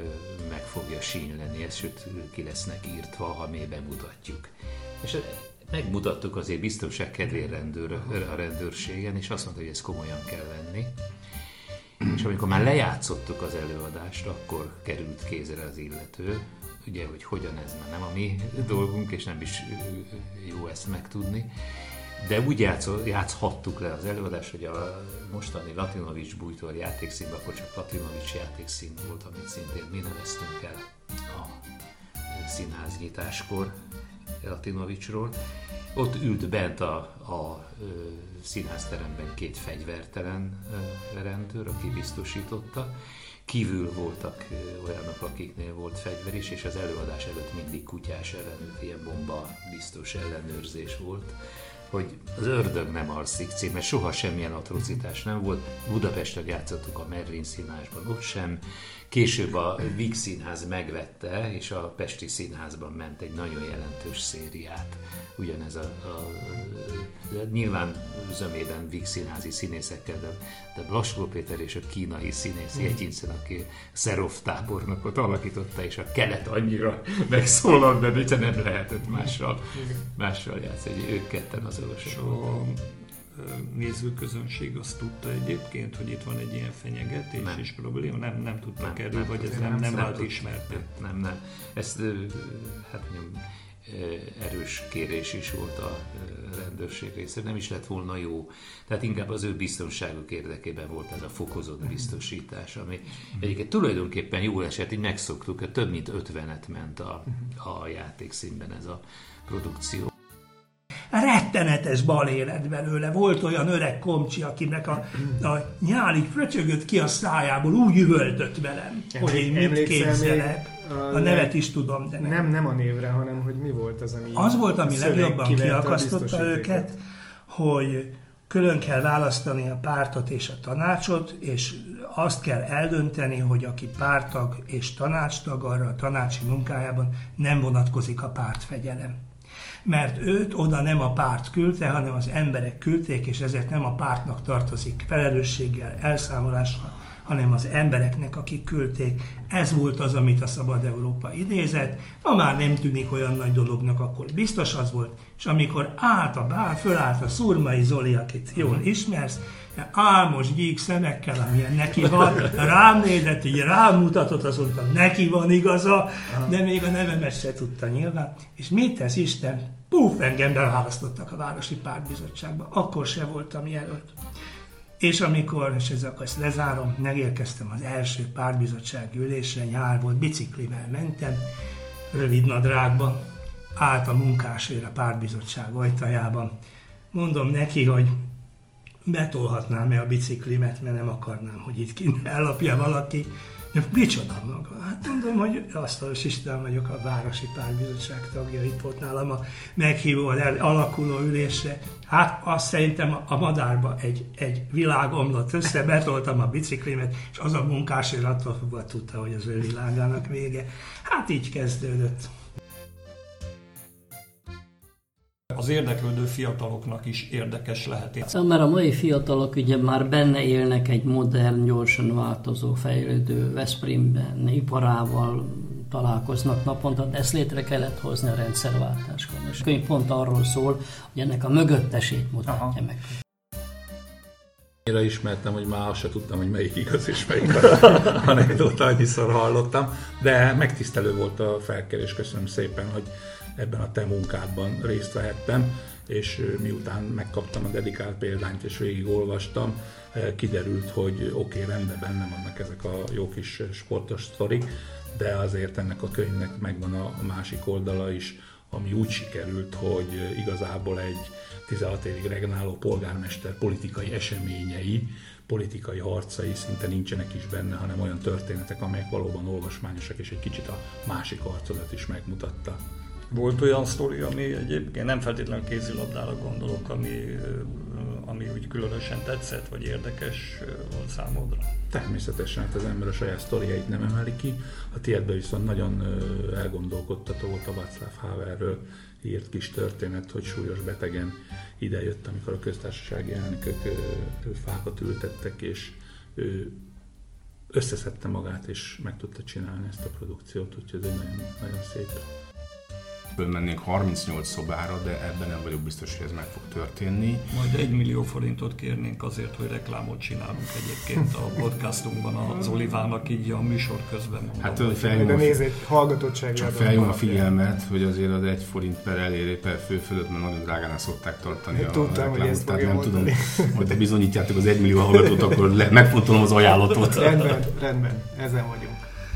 meg fogja sínyleni, sőt ki lesznek írtva, ha mi bemutatjuk. És megmutattuk azért biztonság kedvéért a rendőrségen, és azt mondta, hogy ezt komolyan kell venni. És amikor már lejátszottuk az előadást, akkor került kézre az illető, ugye, hogy hogyan ez már nem a mi dolgunk, és nem is jó ezt megtudni. De úgy játszhattuk le az előadást, hogy a mostani Latinovics bújtor játékszínben, akkor csak Latinovics játékszín volt, amit szintén mi neveztünk el a színház nyitáskor Latinovicsról. Ott ült bent a színházteremben 2 fegyvertelen rendőr, aki biztosította. Kívül voltak olyanok, akiknél volt fegyver is, és az előadás előtt mindig kutyás ellenőrzés, ilyen bomba biztos ellenőrzés volt, hogy az ördög nem alszik cím, soha semmilyen atrocitás nem volt. Budapesten játszottuk a Merlin színházban, ott sem. Később a Víg Színház megvette, és a Pesti Színházban ment egy nagyon jelentős szériát. Ugyanez nyilván zömében Víg Színházi színészekkel, de Blaskó Péter és a kínai színész Jegyinsen, aki Szerov tábornokot alakította, és a kelet annyira megszólalt benne, hogy nem lehetett mással játszani, ők ketten azonosak.
Nézőközönség azt tudta egyébként, hogy itt van egy ilyen fenyegetés és probléma? Nem tudtak erről, vagy ez nem vált ismert?
Nem. Ezt hát mondjam, erős kérés is volt a rendőrség részéről, nem is lett volna jó. Tehát inkább az ő biztonságuk érdekében volt ez a fokozott biztosítás, ami egyébként tulajdonképpen jól esett, így megszoktuk, hogy több mint 50-et ment a játékszínben ez a produkció.
Rettenetes bal lett belőle. Volt olyan öreg komcsi, akinek a nyálig fröcsögött ki a szájából, úgy üvöltött velem, hogy én mit képzelek. A nevet is tudom, de
nem a névre, hanem hogy mi volt az, ami...
Az volt, ami legjobban kiakasztotta őket, hogy külön kell választani a pártot és a tanácsot, és azt kell eldönteni, hogy aki párttag és tanácstag, arra a tanácsi munkájában nem vonatkozik a pártfegyelem. Mert őt oda nem a párt küldte, hanem az emberek küldték, és ezért nem a pártnak tartozik felelősséggel, elszámolással, hanem az embereknek, akik küldték. Ez volt az, amit a Szabad Európa idézett. Ma már nem tűnik olyan nagy dolognak, akkor biztos az volt. És amikor fölállt a Szurmai Zoli, akit jól ismersz, álmos gyík szemekkel, amilyen neki van, rám nézett, így rám mutatott, azt mondta, neki van igaza, de még a nevemet se tudta nyilván. És mit tesz Isten? Engem beválasztottak a Városi Pártbizottságba. Akkor se voltam jelölt. És amikor, és ezzel ezt lezárom, megérkeztem az első pártbizottsági ülésre, nyár volt, biciklivel mentem, rövid nadrágban, állt a munkásőr a pártbizottság ajtajában. Mondom neki, hogy betolhatnám-e a biciklimet, mert nem akarnám, hogy itt kint ellapja valaki. De micsoda maga? Hát mondom, hogy asztalos István vagyok, a Városi Pártbizottság tagja, itt volt nálam a meghívó alakuló ülésre. Hát azt szerintem a madárba egy világ omlott össze, betoltam a biciklimet, és az a munkásőr attól fogva tudta, hogy az ő világának vége. Hát így kezdődött.
Az érdeklődő fiataloknak is érdekes lehet.
Mert a mai fiatalok ugye már benne élnek egy modern, gyorsan változó, fejlődő Veszprémben, iparával találkoznak naponta, de ezt létre kellett hozni a rendszerváltáskor. És a könyv pont arról szól, hogy ennek a mögöttesét mutatja meg.
Annyira ismertem, hogy már azt se tudtam, hogy melyik igaz és melyik anekdóta, annyiszor hallottam, de megtisztelő volt a felkérés, köszönöm szépen, hogy ebben a te munkádban részt vehettem, és miután megkaptam a dedikált példányt és végigolvastam, kiderült, hogy oké, rendben benne vannak ezek a jó kis sportos sztorik, de azért ennek a könyvnek megvan a másik oldala is, ami úgy sikerült, hogy igazából egy 16 évig regnáló polgármester politikai eseményei, politikai harcai szinte nincsenek is benne, hanem olyan történetek, amelyek valóban olvasmányosak, és egy kicsit a másik arcodat is megmutatta.
Volt olyan sztori, ami egyébként nem feltétlenül kézilabdára gondolok, ami úgy különösen tetszett, vagy érdekes volt számodra?
Természetesen, hát az ember a saját sztoriait nem emeli ki. A tiédben viszont nagyon elgondolkodtató volt a Václav Havelről írt kis történet, hogy súlyos betegen idejött, amikor a köztársasági elnökök fákat ültettek, és ő összeszedte magát, és meg tudta csinálni ezt a produkciót, úgyhogy ez egy nagyon, nagyon szép.
Fölmennénk 38 szobára, de ebben nem vagyok biztos, hogy ez meg fog történni.
Majd 1 millió forintot kérnénk azért, hogy reklámot csinálunk egyébként a podcastunkban az Olivának, így a műsor közben mondom.
Hát felhívom a figyelmet, hogy azért az 1 forint per fő fölött, mert nagyon drágán szokták tartani a reklámot. Tehát nem tudom, hogy te bizonyítjátok az 1 millió hallgatót, akkor megfontolom az ajánlatot.
Rendben, ezen vagyunk.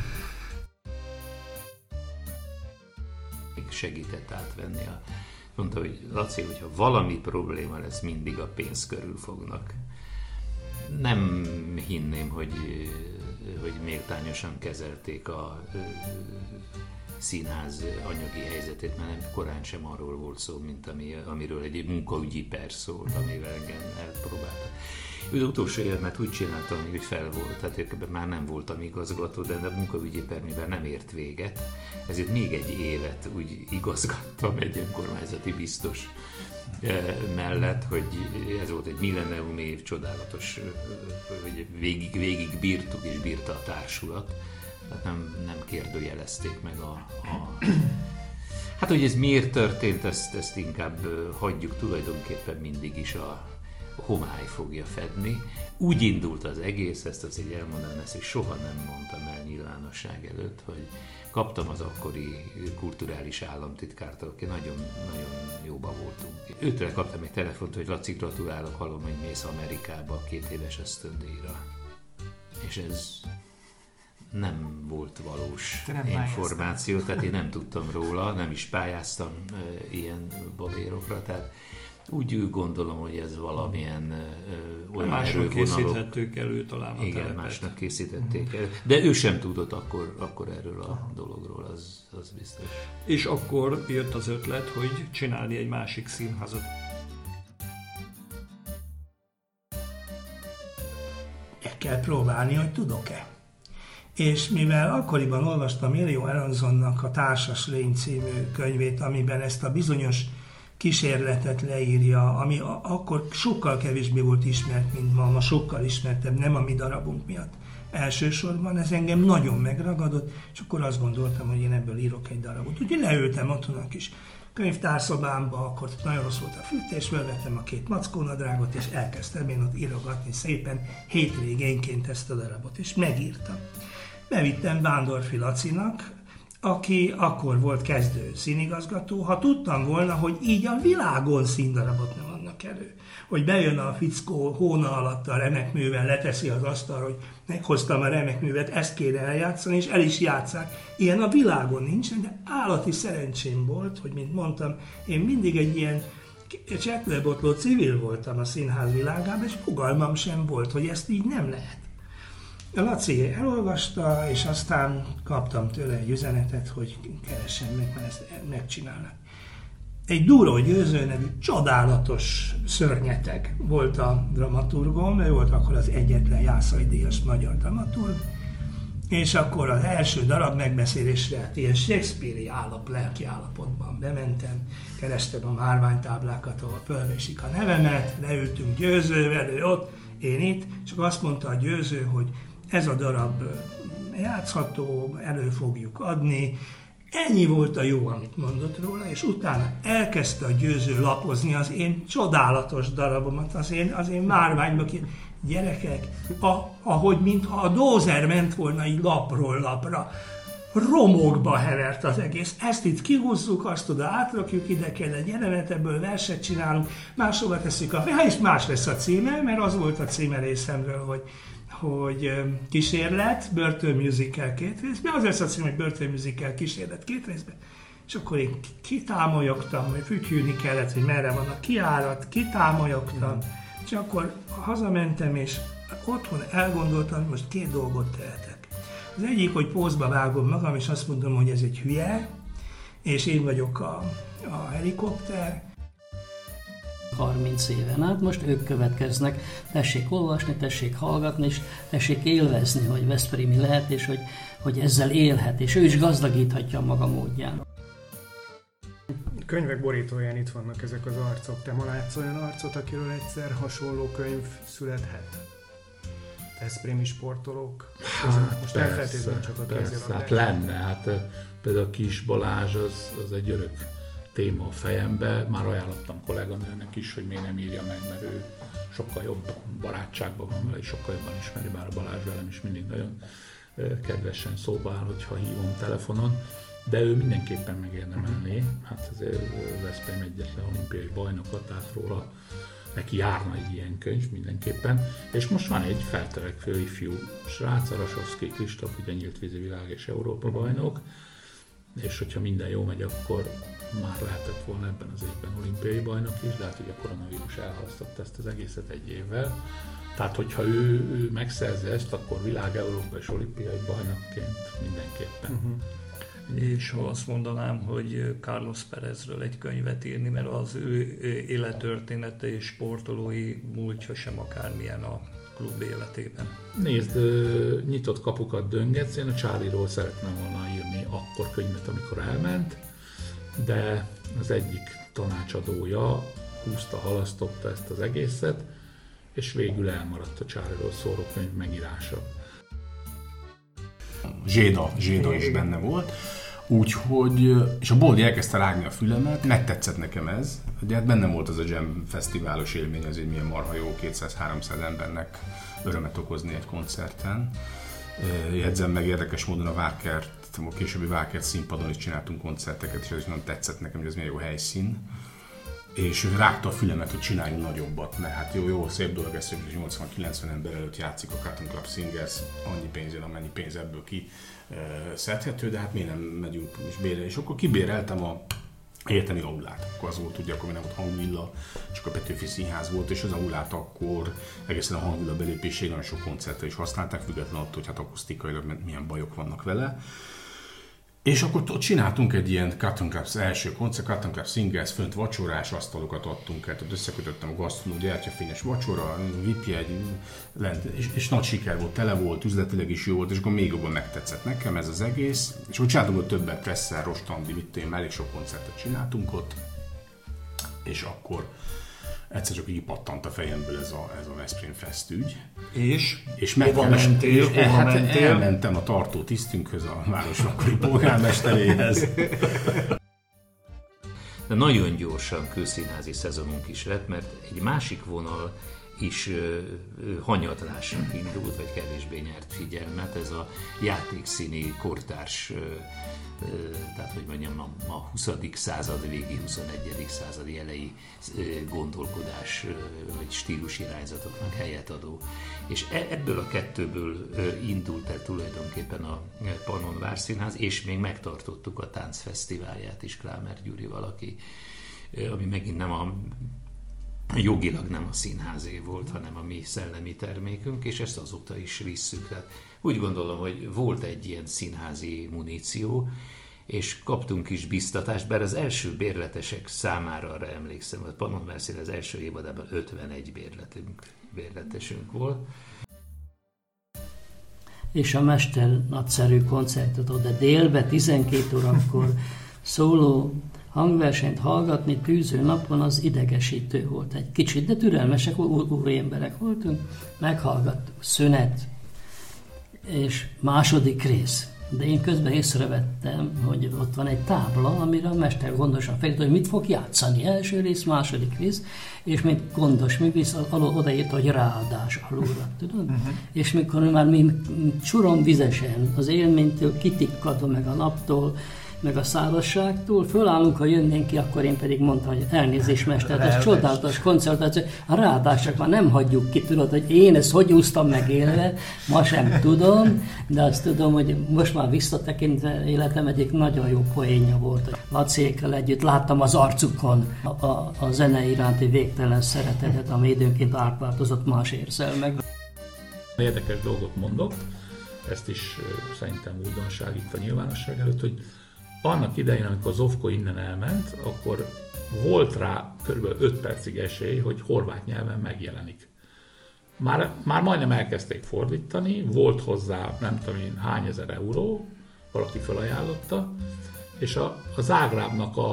Segített átvenni. Mondta, hogy Laci, hogyha valami probléma lesz, mindig a pénz körül fognak. Nem hinném, hogy méltányosan kezelték a színház anyagi helyzetét, mert nem korán sem arról volt szó, mint amiről egy munkaügyi per szólt, amivel engem elpróbáltak. Az utolsó évemet úgy csináltam, hogy fel volt, tehát ebben már nem voltam igazgató, de a munkaügyi per, mivel nem ért véget, ezért még egy évet úgy igazgattam egy önkormányzati biztos mellett, hogy ez volt egy milleniumi év, csodálatos, hogy végig bírtuk és bírta a társulat, tehát nem kérdőjelezték meg Hát, hogy ez miért történt, ezt inkább hagyjuk, tulajdonképpen mindig is a homály fogja fedni. Úgy indult az egész, ezt azért elmondanám, ezt is soha nem mondtam el nyilvánosság előtt, hogy kaptam az akkori kulturális államtitkártól, aki nagyon jóba voltunk. Őtől kaptam egy telefont, hogy Laci, gratulálok, hallom, hogy mész Amerikába 2 éves ösztöndíjra. És ez nem volt valós információ, tehát én nem tudtam róla, nem is pályáztam ilyen babérokra, tehát úgy gondolom, hogy ez valamilyen olyan
másnak készítettük elő talán a
igen,
telepet.
Másnak készítették elő. De ő sem tudott akkor erről a dologról, az biztos.
És akkor jött az ötlet, hogy csinálni egy másik színházat.
Meg kell próbálni, hogy tudok-e. És mivel akkoriban olvastam Elio Aronsonnak a Társas lény című könyvét, amiben ezt a bizonyos kísérletet leírja, ami akkor sokkal kevésbé volt ismert, mint ma sokkal ismertebb, nem a mi darabunk miatt. Elsősorban ez engem nagyon megragadott, és akkor azt gondoltam, hogy én ebből írok egy darabot. Úgyhogy leültem otthon a kis könyvtárszobámba, akkor nagyon rossz volt a fűtés, felvettem a 2 mackónadrágot, és elkezdtem én ott írogatni szépen hétvégénként ezt a darabot, és megírtam. Bevittem Vándorfi Lacinak, aki akkor volt kezdő színigazgató. Ha tudtam volna, hogy így a világon színdarabot nem adnak elő, hogy bejön a fickó hóna alatt a remekművel, leteszi az asztalra, hogy meghoztam a remekművet, ezt kéne eljátszani, és el is játsszák. Ilyen a világon nincsen, de állati szerencsém volt, hogy mint mondtam, én mindig egy ilyen csetlebotló civil voltam a színház világában, és fogalmam sem volt, hogy ezt így nem lehet. Laci elolvasta, és aztán kaptam tőle egy üzenetet, hogy keressen meg, mert ezt megcsinálnak. Egy Dúró Győző nevű csodálatos szörnyeteg volt a dramaturgom, ő volt akkor az egyetlen Jászai-díjas magyar dramaturg, és akkor az első darab megbeszélésre, hát ilyen Shakespeare-i lelki állapotban bementem, kerestem a márványtáblákat, ahol fölvesik a nevemet, leültünk Győzővel, ő ott, én itt, csak azt mondta a Győző, hogy ez a darab játszható, elő fogjuk adni. Ennyi volt a jó, amit mondott róla, és utána elkezdte a Győző lapozni az én csodálatos darabomat, az én márványba. Gyerekek, ahogy mintha a dózer ment volna így lapról lapra, romokba hevert az egész. Ezt itt kihúzzuk, azt oda átrakjuk, ide kell egy jelenet, ebből verset csinálunk, máshova tesszük és más lesz a címe, mert az volt a címe részemről, hogy kísérlet, börtönmusical 2 részben, az lesz a cím, hogy börtönmusical kísérlet 2 részben, és akkor én kitámolyogtam, hogy fütyülni kellett, hogy merre van a kiárat, kitámolyogtam, és akkor hazamentem, és otthon elgondoltam, hogy most 2 dolgot tehetek. Az egyik, hogy pózba vágom magam, és azt mondom, hogy ez egy hülye, és én vagyok a helikopter.
30 éven át, most ők következnek. Tessék olvasni, tessék hallgatni, és tessék élvezni, hogy veszprémi lehet, és hogy ezzel élhet, és ő is gazdagíthatja maga módján.
A könyvek borítóján itt vannak ezek az arcok. Te ma látsz olyan arcot, akiről egyszer hasonló könyv születhet? veszprémi sportolók között? Most nem feltétlenül csak a kézilabdás.
Hát lenne, hát például Kis Balázs az egy örök téma a fejembe. Már ajánlottam kolléganőnek is, hogy még nem írja meg, mert ő sokkal jobb barátságban van vele, és sokkal jobban ismeri, bár a Balázs velem is mindig nagyon kedvesen szóba áll, hogyha hívom telefonon. De ő mindenképpen megérdemelné, hát azért Veszprém egyetlen olimpiai bajnoka, tehát róla neki járna egy ilyen könyv mindenképpen. És most van egy feltörekvő ifjú srác, Arasovszky Kristóf, ugye nyílt vízi világ és Európa bajnok, és hogyha minden jó megy, akkor már lehetett volna ebben az évben olimpiai bajnok is, de hát ugye a koronavírus elhalasztotta ezt az egészet egy évvel. Tehát, hogyha ő megszerzi ezt, akkor világ, Európa és olimpiai bajnokként mindenképpen.
És ha azt mondanám, hogy Carlos Perezről egy könyvet írni, mert az ő élettörténete és sportolói múltja sem akármilyen a klub életében.
Nézd, nyitott kapukat döngetsz, én a Charlie-ról szeretném volna írni akkor könyvet, amikor elment, de az egyik tanácsadója húzta, halasztotta ezt az egészet, és végül elmaradt a Charlie-ról szóló könyv megírása.
Zséda is benne volt. Úgyhogy, és a Boldi elkezdte rágni a fülemet, megtetszett nekem ez. Ugye hát benne volt az a Jam fesztiválos élmény, az egy milyen marha jó 200-300 embernek örömet okozni egy koncerten. Jegyzem meg, érdekes módon a későbbi Vákert színpadon is csináltunk koncerteket, és ez is nagyon tetszett nekem, hogy ez milyen jó helyszín. És rágta a fülemet, hogy csináljunk nagyobbat, mert hát jó, szép dolog ez, hogy 80-90 ember előtt játszik a Cotton Club Singers, annyi pénzért, amennyi pénz ebből ki szedhető, de hát miért nem megyünk is bérelni. És akkor kibéreltem a egyetemi aulát. Akkor az volt, ugye, akkor még nem volt hangvilla, csak a Petőfi Színház volt, és az aulát akkor egészen a hangvilla belépésig nagyon sok koncertre is használták, függetlenül attól, hogy hát akusztikailag milyen bajok vannak vele. És akkor ott csináltunk egy ilyen Cotton Club első koncert, Cotton Club Singers, fönt vacsorás asztalokat adtunk el, tehát összekötöttem a gasztronó, gyertyafényes vacsora, VIP-jegy, és nagy siker volt, tele volt, üzletileg is jó volt, és akkor még jobban megtetszett nekem ez az egész. És úgy csináltunk ott többet, Presszel, Rostandi, vittém, elég sok koncertet csináltunk ott, és akkor egyszer csak így pattant a fejemből ez a Veszprém Fest ügy.
És hova mentél?
Elmentem a tartó tisztünkhöz, a város akkori polgármesteréhez.
De nagyon gyorsan kőszínházi szezonunk is lett, mert egy másik vonal is hanyatlásnak indult, vagy kevésbé nyert figyelmet, ez a játékszíni kortárs, tehát hogy mondjam, a 20. század végi, 21. századi elejé gondolkodás vagy stílusirányzatoknak helyet adó. És ebből a kettőből indult el tulajdonképpen a Pannon Várszínház, és még megtartottuk a táncfesztiválját is Klámer Gyurival, ami megint nem jogilag nem a színházé volt, hanem a mi szellemi termékünk, és ezt azóta is visszük. Tehát úgy gondolom, hogy volt egy ilyen színházi muníció, és kaptunk is biztatást, bár az első bérletesek számára arra emlékszem, hogy Pannon Várszínház az első évadában 51 bérletesünk volt.
És a mester nagyszerű koncertet oda délbe, 12 órakor szóló hangversenyt hallgatni tűző napon az idegesítő volt egy kicsit, de türelmesek, úri emberek voltunk, meghallgattuk, szünet, és második rész. De én közben észrevettem, hogy ott van egy tábla, amire a mester gondosan felirat, hogy mit fog játszani, első rész, második rész, és mint gondos művész odaírt, hogy ráadás alulra, tudod? És mikor már mi csuromvizesen az élménytől kitikkadva, meg a naptól, meg a szárazságtól, fölállunk, ha jönnénk ki, akkor én pedig mondtam, hogy elnézést, mester, ez csodálatos koncertáció, a ráadások már nem hagyjuk ki, tudod, hogy én ezt hogy úsztam meg élve, ma sem tudom, de azt tudom, hogy most már visszatekintve életem egyik nagyon jó poénja volt. Laciékkel együtt láttam az arcukon a zene iránti végtelen szeretetet, ami időnként ártváltozott más érzelmek.
Érdekes dolgot mondok, ezt is szerintem újdonság itt a nyilvánosság előtt, hogy annak idején, amikor Zofko innen elment, akkor volt rá kb. 5 percig esély, hogy horvát nyelven megjelenik. Már majdnem elkezdték fordítani, volt hozzá nem tudom én hány ezer euró, valaki felajánlotta, és a Zágrábnak a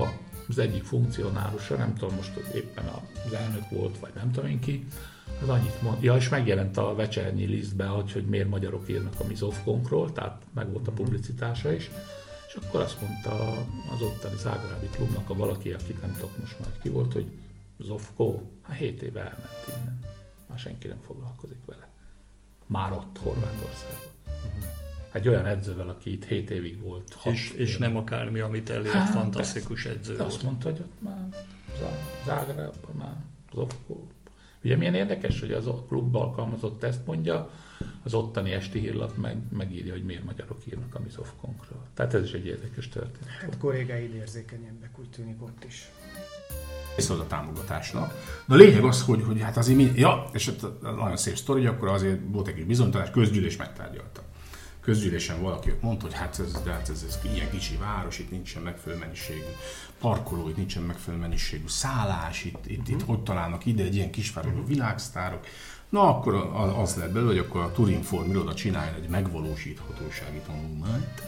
az egyik funkcionárusa, nem tudom most, hogy éppen az elnök volt, vagy nem tudom én ki, az annyit mond, és megjelent a Vecsernyi Lisztbe, hogy miért magyarok írnak a Mizovkonkról, tehát meg volt a publicitása is, és akkor azt mondta az ottani zágrábi klubnak a valaki, akit nem tudok most már ki volt, hogy Zovko, 7 éve elment innen, már senki nem foglalkozik vele. Már ott Horvátországban. Egy olyan edzővel, aki itt 7 évig volt.
És nem akármi, amit elért, fantasztikus edző volt.
Azt mondta, hogy ott már Zágrában már Zovko. Ugye milyen érdekes, hogy az a klubba alkalmazott ezt mondja, az ottani esti hírlap megírja, hogy miért magyarok írnak a Mizovkonkról. Tehát ez is egy érdekes történet.
Hát kollégáid érzékenyebbek, úgy tűnik ott is.
Viszont a támogatásnak. De a lényeg az, hogy hát azért és nagyon szép sztori, hogy akkor azért volt egy bizonytalanás, közgyűlés megtárgyalta. Közgyűlésen valaki ott mondta, hogy hát ez ilyen kicsi város, itt nincsen megfelelő mennyiségű parkoló, itt nincsen megfelelő mennyiségű szállás, itt hogy találnak ide egy ilyen kisvárosú világsztárok. Na akkor az lett belőle, hogy akkor a Turinform iroda csináljon egy megvalósíthatósági tanulmányt,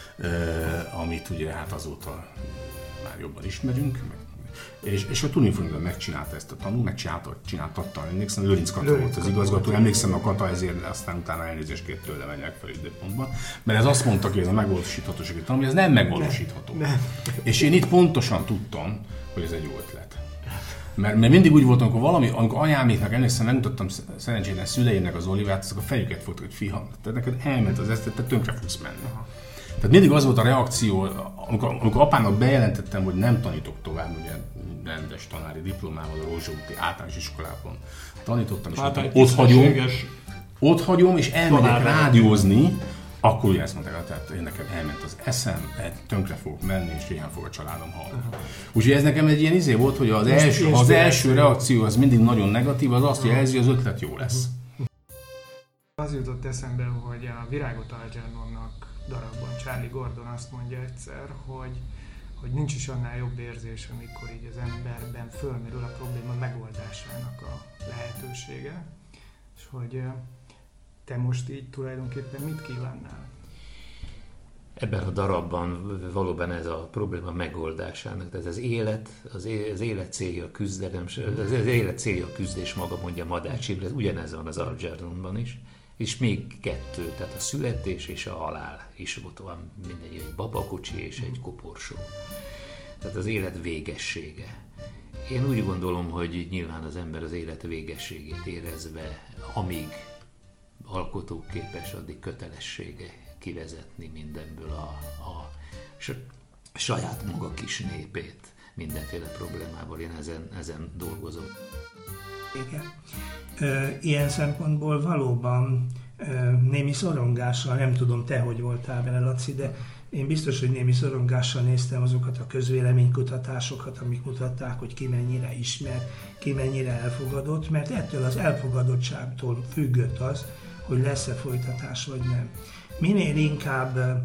amit ugye hát azóta már jobban ismerünk, és a Turinformban megcsinálta ezt a tanulmányt, csináltatta, emlékszem, Lőrinc Kata volt az igazgató, emlékszem a Kata ezért, de aztán utána elnézést kért tőle menjek fel időpontban, mert ez azt mondta, hogy ez a megvalósíthatósági tanulmány, ez nem megvalósítható. És én itt pontosan tudtam, hogy ez egy jó ötlet. Mert mindig úgy volt, amikor anyáméknak emlékszem, megmutattam szerencsére szüleimnek az olivát, azok a fejüket volt, hogy fiha, te neked elment az ezt, te tönkre fogsz menni. Tehát mindig az volt a reakció, amikor apámnak bejelentettem, hogy nem tanítok tovább, ugye rendes tanári diplomával a Rózsa úti általános iskolában tanítottam, és ott hagyom, és elmegyek rádiózni, akkor ugye ezt mondták, tehát én nekem elment az eszem, tönkre fogok menni, és ilyen fog a családom halni. Úgyhogy ez nekem egy ilyen volt, hogy az első reakció az mindig nagyon negatív, az azt jelzi, hogy az ötlet jó lesz.
Az jutott eszembe, hogy a Virágot Algernonnak darabban Charlie Gordon azt mondja egyszer, hogy nincs is annál jobb érzés, amikor így az emberben fölmerül a probléma megoldásának a lehetősége, és hogy te most így tulajdonképpen mit kívánnál?
Ebben a darabban valóban ez a probléma megoldásának, tehát az élet célja a küzdelem, az élet célja a küzdés maga, mondja Madács Imre, ugyanez van az Algernonban is. És még 2, tehát a születés és a halál is ott van, mindegy, egy babakocsi és egy koporsó. Tehát az élet végessége. Én úgy gondolom, hogy nyilván az ember az élet végességét érezve, amíg alkotóképes, addig kötelessége kivezetni mindenből a saját maga kis népét mindenféle problémából. Én ezen dolgozom.
Igen. Ilyen szempontból valóban némi szorongással, nem tudom te, hogy voltál vele, Laci, de én biztos, hogy némi szorongással néztem azokat a közvéleménykutatásokat, amik mutatták, hogy ki mennyire ismert, ki mennyire elfogadott, mert ettől az elfogadottságtól függött az, hogy lesz-e folytatás vagy nem. Minél inkább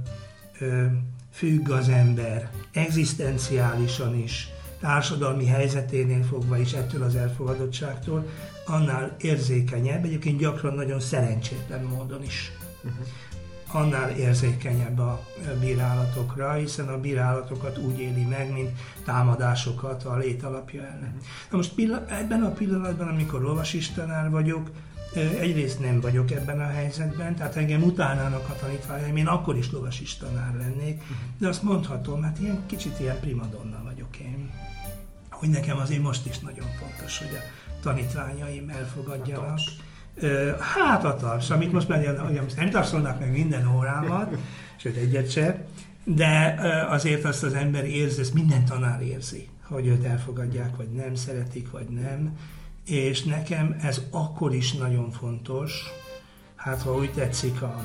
függ az ember egzisztenciálisan is, társadalmi helyzeténél fogva is ettől az elfogadottságtól, annál érzékenyebb, egyébként gyakran nagyon szerencsétlen módon is. Annál érzékenyebb a bírálatokra, hiszen a bírálatokat úgy éli meg, mint támadásokat a lét alapja ellen. Na most ebben a pillanatban, amikor lovasistanár vagyok, egyrészt nem vagyok ebben a helyzetben, tehát engem utálnának a tanítványaim, én akkor is lovasistanár lennék, de azt mondhatom, hát kicsit ilyen primadonna vagyok én. Hogy nekem azért most is nagyon fontos, hogy a tanítványaim elfogadjanak. Hát a taps, amit most már nem tapsolnak meg minden órámat, sőt egyet se, de azért azt az ember érzi, ezt minden tanár érzi, hogy őt elfogadják, vagy nem, szeretik, vagy nem. És nekem ez akkor is nagyon fontos, hát ha úgy tetszik a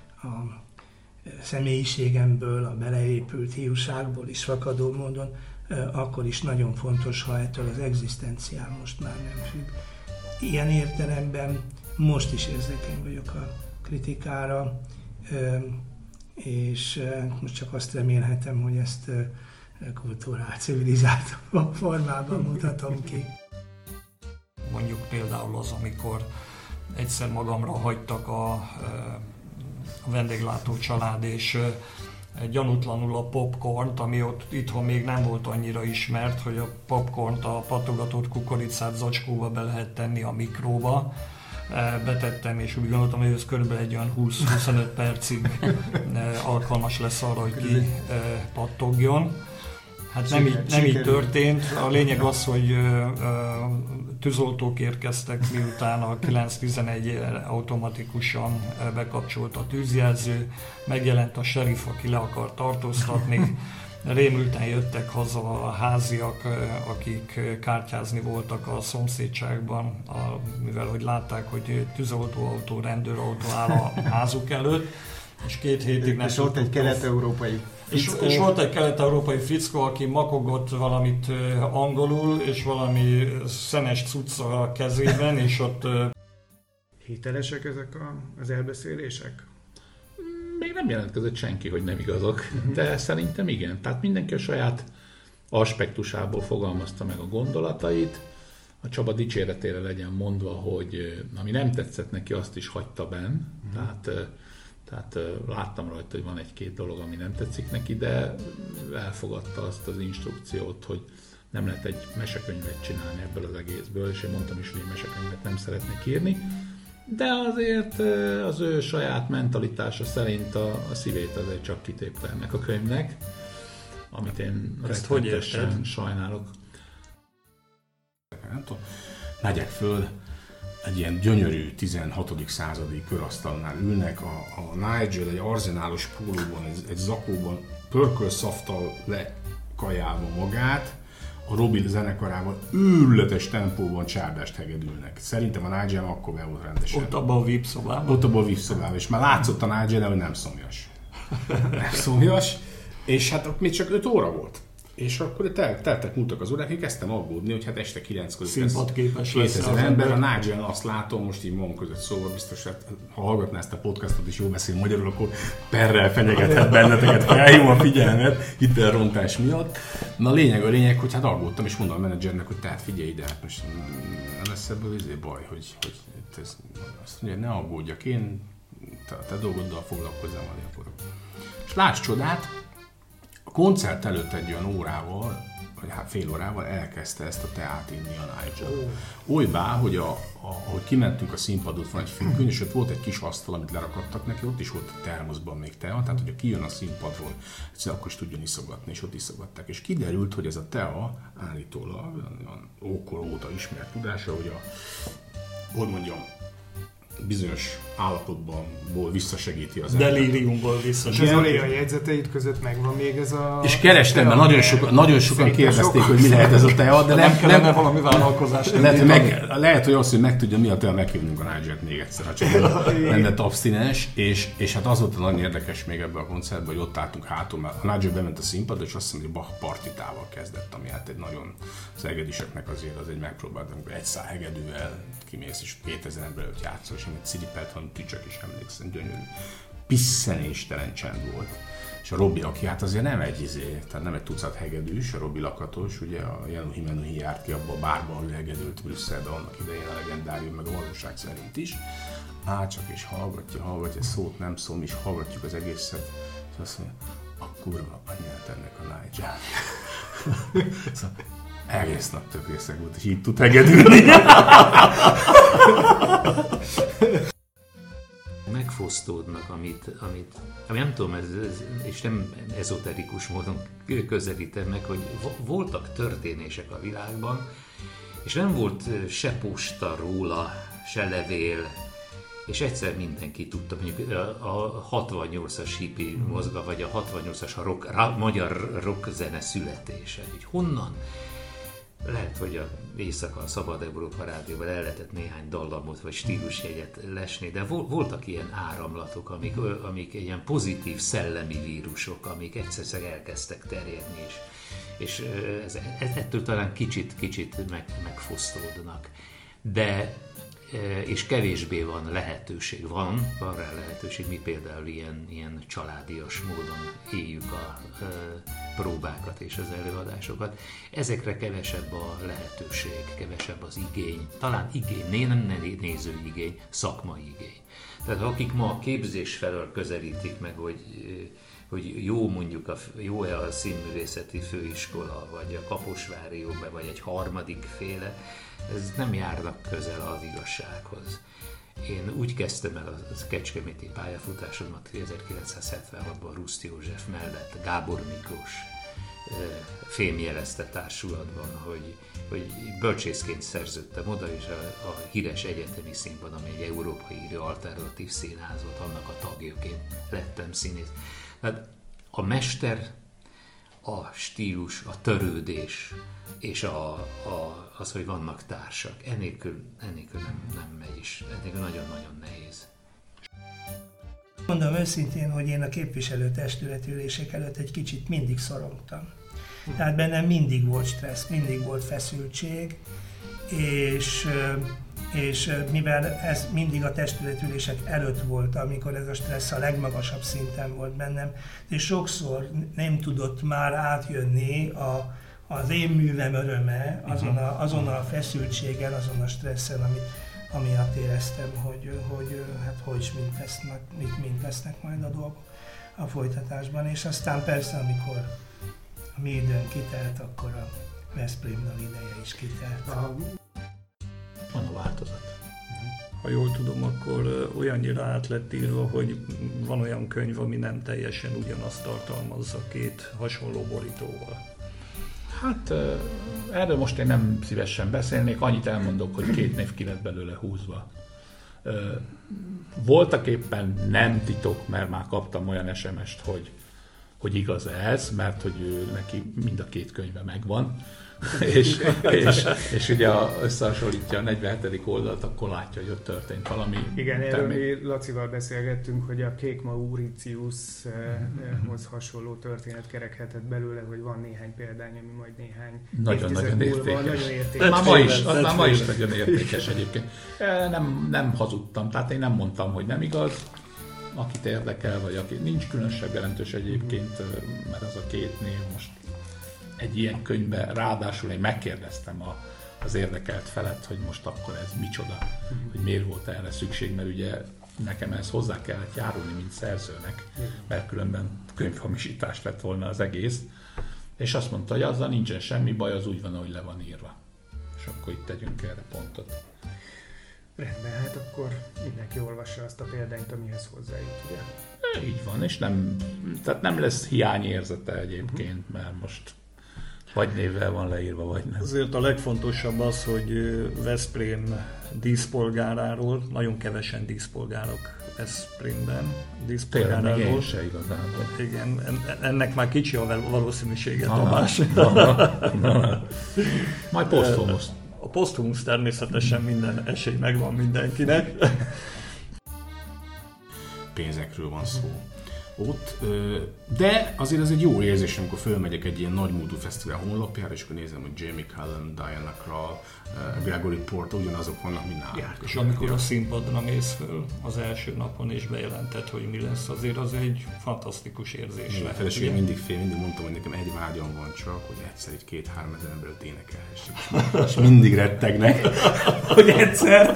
személyiségemből, a beleépült hiúságból is fakadó módon, akkor is nagyon fontos, ha ettől az egzisztenciál most már nem függ. Ilyen értelemben most is érzékeny vagyok a kritikára, és most csak azt remélhetem, hogy ezt kulturált, civilizált formában mutatom ki.
Mondjuk például az, amikor egyszer magamra hagytak a vendéglátó család, és gyanútlanul a popcornt, ami ott itthon még nem volt annyira ismert, hogy a popcornt, a patogatott kukoricát zacskóba be lehet tenni a mikróba. Betettem, és úgy gondoltam, hogy ez körülbelül egy olyan 20-25 percig alkalmas lesz arra, hogy kipattogjon. Hát nem így történt. A lényeg az, hogy tűzoltók érkeztek, miután a 911 automatikusan bekapcsolt a tűzjelző, megjelent a sheriff, aki le akar tartóztatni. Rémülten jöttek haza a háziak, akik kártyázni voltak a szomszédságban, mivel hogy látták, hogy tűzoltóautó, rendőrautó áll a házuk előtt, és 2 hétig nem.
És ott egy kelet-európai
fickó. És volt egy kelet-európai fickó, aki makogott valamit angolul, és valami szenes cucca a kezében, és ott...
Hitelesek ezek az elbeszélések?
Még nem jelentkezett senki, hogy nem igazok, de szerintem igen. Tehát mindenki a saját aspektusából fogalmazta meg a gondolatait. A Csaba dicséretére legyen mondva, hogy ami nem tetszett neki, azt is hagyta benn. Tehát láttam rajta, hogy van 1-2 dolog, ami nem tetszik neki, de elfogadta azt az instrukciót, hogy nem lehet egy mesekönyvet csinálni ebből az egészből, és én mondtam is, hogy mesekönyvet nem szeretnék írni. De azért az ő saját mentalitása szerint a szívét azért csak kitépte ennek a könyvnek, amit én rettenetesen sajnálok.
Nem tudom, megyek föl, egy ilyen gyönyörű 16. századi körasztalnál ülnek, a Nigel egy arzenálos pólóban, egy zakóban, pörkölszaftal lekajálva magát, a Robbie zenekarával őrületes tempóban csábást hegedülnek. Szerintem a Nigel akkor be volt rendesen.
Ott abban a VIP szobában?
Ott abban a VIP szobában, és már látszott a Nigel, hogy nem szomjas. Nem szomjas, és hát ott még csak 5 óra volt. És akkor teltek múltak az órák, én kezdtem aggódni, hogy hát este 9 között 2000 ember, a Nigel azt látom, most így magam között szóval biztos, hát, ha hallgatná ezt a podcastot és jól beszél magyarul, akkor perrel fenyegethet benneteket, felhívom a figyelmet hitelrontás miatt. Na a lényeg, hogy hát aggódtam, és mondom a menedzsernek, hogy tehát figyelj ide, hát most nem lesz ebből baj, hogy ez, azt mondja, ne aggódjak, én te dolgoddal foglalkozzam, akkor. És láss csodát, a koncert előtt egy olyan órával, vagy hát fél órával elkezdte ezt a teát inni a Nigel. Olybá, hogy ahogy kimentünk a színpadot, van egy függöny, és ott volt egy kis asztal, amit lerakadtak neki, ott is volt a termoszban még tea, tehát hogyha kijön a színpadról, akkor is tudjon iszogatni, és ott iszogatták. És kiderült, hogy ez a tea állítólag, ókor óta ismert tudása, hogy bizonyos állapotban visszasegíti az ember.
Delíriumból visszasegíti.
És az Oléa jegyzeteit között megvan még ez a...
És kerestem, mert nagyon sokan kérdezték, hogy mi lehet ez a tea, de
nem kellene valami vállalkozást.
Lehet, hogy az, hogy megtudja, mi a tea, meghívnunk a Nigelt még egyszer, ha csak nem lett abstinens, és hát az volt nagyon érdekes még ebben a koncertben, hogy ott álltunk hátul, mert a Nigel bement a színpadra, és azt hiszem, hogy Bach partitával kezdett, ami hát egy nagyon az hegedűseknek azért az egy megpróbált, amikor egy szál hegedűvel kimész, és 2000 ember előtt játszol, és amit ciripelt, hanem tücsök is emlékszem, gyönyörű. Pisszenéstelen csend volt. És a Robbie, aki hát azért nem tehát nem egy tucat hegedűs, a Robbie lakatos, ugye a Janu Himenuhi járt ki abba a bárba, ahol hegedült Brüsszelbe annak idején a legendárium, meg a valóság szerint is. Csak és hallgatja, szót nem szól, és hallgatjuk az egészet, és azt mondja, a kurva anyját ennek a Nigel. Szóval egész nap tök részeg volt, és így tud hegedülni.
Megfosztódnak, ami nem tudom, és nem ezoterikus módon közelítem meg, hogy voltak történések a világban, és nem volt se posta róla, se levél, és egyszer mindenki tudta, mondjuk a 68-as hippi mozgalom, vagy a 68-as magyar rockzene születése, hogy honnan. Lehet, hogy a éjszaka a Szabad Európa Rádióban el lehetett néhány dallamot vagy stílusjegyet lesni, de voltak ilyen áramlatok, amik ilyen pozitív szellemi vírusok, amik egyszer elkezdtek terjedni, és ettől talán kicsit megfosztódnak. De és kevésbé van lehetőség, van rá lehetőség, mi például ilyen családias módon éljük a próbákat és az előadásokat. Ezekre kevesebb a lehetőség, kevesebb az igény, talán igény, nem néző igény, szakmai igény. Tehát akik ma a képzés felől közelítik meg, hogy jó mondjuk jó-e a színművészeti főiskola, vagy a Kaposvári Jogbe, vagy egy harmadik féle, ez nem járnak közel az igazsághoz. Én úgy kezdtem el a kecskeméti pályafutásomat 1976-ban Ruszt József mellett, Gábor Miklós fémjelezte társulatban, hogy bölcsészként szerződtem oda, és a híres egyetemi színpad, ami egy európai alternatív színház volt, annak a tagjaként lettem színész. Tehát a mester, a stílus, a törődés, és az, hogy vannak társak, ennélkül nem megy is, ennélkül nagyon-nagyon nehéz.
Mondom őszintén, hogy én a képviselőtestületülések előtt egy kicsit mindig szorongtam. Tehát bennem mindig volt stressz, mindig volt feszültség, és mivel ez mindig a testületülések előtt volt, amikor ez a stressz a legmagasabb szinten volt bennem, és sokszor nem tudott már átjönni az én művem öröme azon a feszültségen, azon a stresszen, amiatt éreztem, hogy mint lesznek majd a dolgok a folytatásban. És aztán persze, amikor a mi időn kitelt, akkor a Veszprém Dal ideje is kitelt.
Van a változat.
Ha jól tudom, akkor olyannyira át lett írva, hogy van olyan könyv, ami nem teljesen ugyanazt tartalmazza két hasonló borítóval.
Hát erről most én nem szívesen beszélnék, annyit elmondok, hogy 2 név ki lett belőle húzva. Voltak éppen nem titok, mert már kaptam olyan SMS-t, hogy igaz ez, mert hogy neki mind a 2 könyve megvan, és ugye összehasonlítja a 47. oldalt, akkor látja, hogy ott történt valami.
Igen, erről mi Lacival beszélgettünk, hogy a Kék Mauritiushoz hasonló történet kerekhetett belőle, hogy van néhány példány, ami majd néhány
nagyon értékes.
Nagyon értékes.
Már ma is nagyon értékes egyébként. Nem hazudtam, tehát én nem mondtam, hogy nem igaz. Akit érdekel, vagy aki nincs különösebb jelentős egyébként, mert az a 2 név most egy ilyen könyvben, ráadásul én megkérdeztem az érdekelt felet, hogy most akkor ez micsoda, hogy miért volt erre szükség, mert ugye nekem ehhez hozzá kellett járulni, mint szerzőnek, mert különben könyvhamisítás lett volna az egész, és azt mondta, hogy azzal nincsen semmi baj, az úgy van, ahogy le van írva. És akkor itt tegyünk erre pontot.
Rendben, hát akkor mindenki olvassa azt a példányt, amihez hozzájut, ugye?
Így van, és nem lesz hiányérzete egyébként, mert most vagy névvel van leírva, vagy nem.
Azért a legfontosabb az, hogy Veszprém díszpolgáráról, nagyon kevesen díszpolgárok Veszprémben.
Tényleg, még én se igazából.
Igen, ennek már kicsi a valószínűsége, Tamás.
Majd posztumusz.
A posztumusz természetesen minden esély megvan mindenkinek.
Pénzekről van szó ott, de azért ez egy jó érzés, amikor fölmegyek egy ilyen nagymódú fesztivál honlapjára, és akkor nézem, hogy Jamie Cullum, Diana Krall, Gregory Porter ugyanazok vannak, mint nálunk.
És amikor a színpadra mész föl az első napon, és bejelentett, hogy mi lesz, azért az egy fantasztikus érzés lehet.
Feleségem mindig mondtam, hogy nekem egy vágyam van csak, hogy egyszer egy 2-3 ezer embert énekelhessek. És mindig rettegnek, hogy egyszer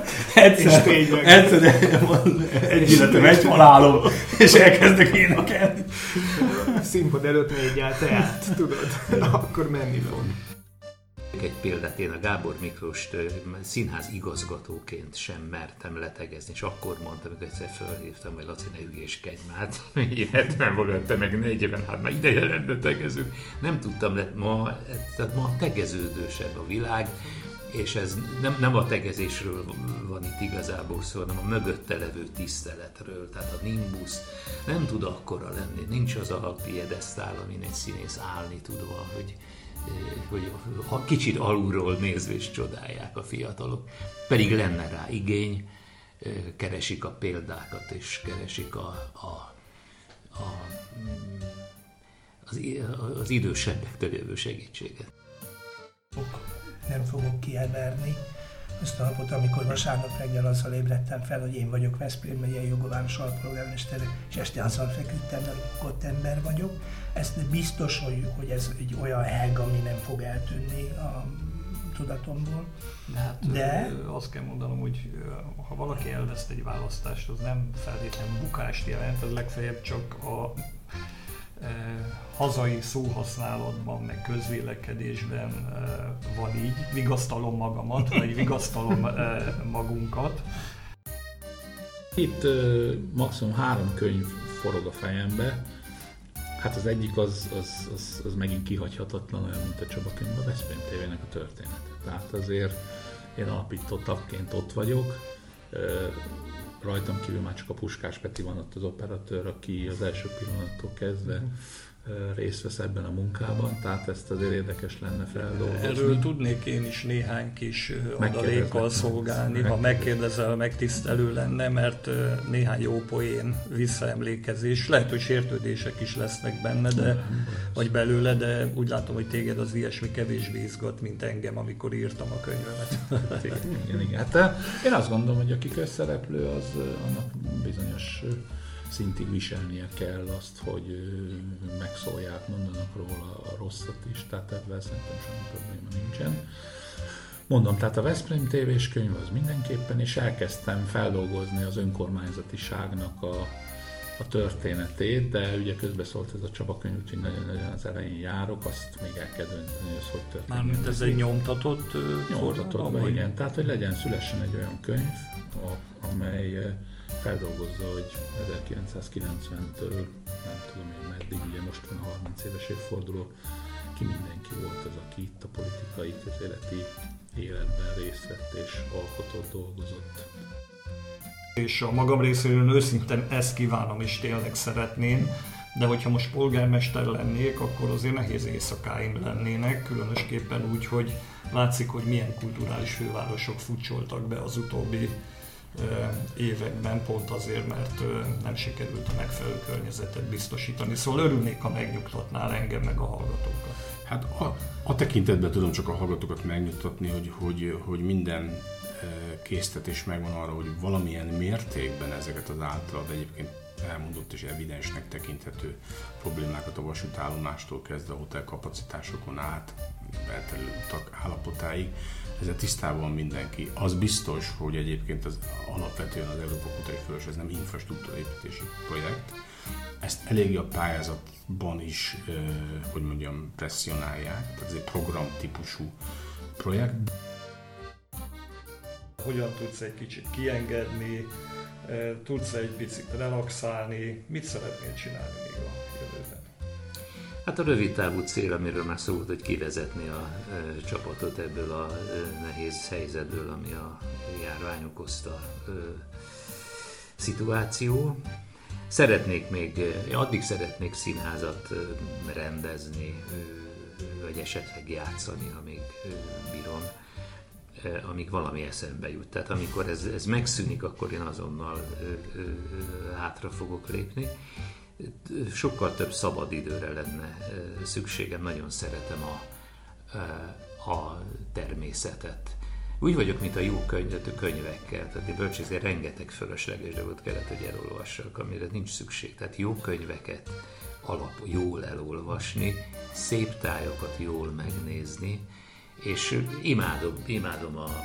egy életem, egy halálom, és elkezdek énekelni.
Színpad előtt még el teát, tudod, akkor menni fog.
Egy példát, én a Gábor Miklóst színház igazgatóként sem mertem letegezni, és akkor mondtam, amikor egyszer felhívtam, hogy Laci, ne ügyéskedj már, 70 volt, te meg 40, hát már ideje lenne tegezünk. Nem tudtam, ma tegeződősebb a világ, és ez nem a tegezésről van itt igazából szó, hanem a mögötte levő tiszteletről. Tehát a nimbus nem tud akkora lenni, nincs az a piedesztál, amin egy színész állni tudva, hogy kicsit alulról nézve és csodálják a fiatalok. Pedig lenne rá igény, keresik a példákat, és keresik az idősebbektől jövő segítséget.
Nem fogok kieverni azt a napot, amikor vasárnap reggel azzal ébredtem fel, hogy én vagyok Veszprém megyei jogováros alpolgármestere, és este azzal feküdtem, hogy ott ember vagyok. Ez biztos, hogy ez egy olyan heg, ami nem fog eltűnni a tudatomból.
De azt kell mondanom, hogy ha valaki elveszt egy választást, az nem feltétlenül bukást jelent, az legfeljebb csak a hazai szóhasználatban, meg közvélekedésben van így. Vigasztalom magamat, vagy vigasztalom magunkat.
Itt maximum 3 könyv forog a fejembe. Hát az egyik az megint kihagyhatatlan, olyan, mint a Csaba könyv, a Veszprém TV-nek a története. Tehát azért én alapítottakként ott vagyok. Rajtam kívül már csak a Puskás Peti van ott az operatőr, aki az első pillanattól kezdve részt vesz ebben a munkában, tehát ezt azért érdekes lenne feldolgozni.
Erről tudnék én is néhány kis adalékkal szolgálni, ha megkérdezel, megtisztelő lenne, mert néhány jó poén visszaemlékezés, lehet, hogy sértődések is lesznek benne, vagy belőle, de úgy látom, hogy téged az ilyesmi kevésbé izgat, mint engem, amikor írtam a könyvemet.
Igen. Hát én azt gondolom, hogy aki közszereplő, az annak bizonyos szintig viselnie kell azt, hogy megszólják, mondanak róla a rosszat is, tehát ebben szerintem semmi probléma nincsen. Mondom, tehát a Veszprém TV-s könyv az mindenképpen, és elkezdtem feldolgozni az önkormányzatiságnak a történetét, de ugye közbeszólt ez a Csaba könyv, úgyhogy nagyon-nagyon az elején járok, azt még el kell dönteni, hogy ez hogy történik.
Mármint ez egy nyomtatott
forradalom? Igen, tehát hogy szülessen egy olyan könyv, amely feldolgozza, hogy 1990-től nem tudom én meddig, ugye most van a 30 éves évforduló, ki mindenki volt az, aki itt a politikai, közéleti életben részt vett és alkotott, dolgozott.
És a magam részéről őszintén ezt kívánom és tényleg szeretném, de hogyha most polgármester lennék, akkor azért nehéz éjszakáim lennének, különösképpen úgy, hogy látszik, hogy milyen kulturális fővárosok futcsoltak be az utóbbi években, pont azért, mert nem sikerült a megfelelő környezetet biztosítani. Szóval örülnék, ha megnyugtatnál engem meg a hallgatókat.
Hát a tekintetben tudom csak a hallgatókat megnyugtatni, hogy minden késztetés megvan arra, hogy valamilyen mértékben ezeket az általad egyébként elmondott és evidensnek tekinthető problémákat a vasútállomástól kezdve a hotelkapacitásokon át, elterülő utak állapotáig, ezzel tisztában van mindenki. Az biztos, hogy egyébként az alapvetően az Európa Kutatófőváros, ez nem infrastruktúraépítési projekt. Ezt eléggé a pályázatban is, hogy mondjam, presszionálják. Tehát ez egy programtípusú projekt.
Hogyan tudsz egy kicsit kiengedni, tudsz egy picit relaxálni, mit szeretnél csinálni még a jövőben?
Hát a rövid távú cél, amiről már szó volt, hogy kivezetni a csapatot ebből a nehéz helyzetből, ami a járvány okozta szituáció. Addig szeretnék színházat rendezni, vagy esetleg játszani, amíg bírom, amíg valami eszembe jut. Tehát amikor ez megszűnik, akkor én azonnal hátra fogok lépni. Sokkal több szabad időre lenne szükségem, nagyon szeretem a természetet. Úgy vagyok, mint a jó könyvekkel, tehát a bölcsészet rengeteg fölösleges dolgot kellett, hogy elolvassak, amire nincs szükség. Tehát jó könyveket jól elolvasni, szép tájakat jól megnézni, és imádom a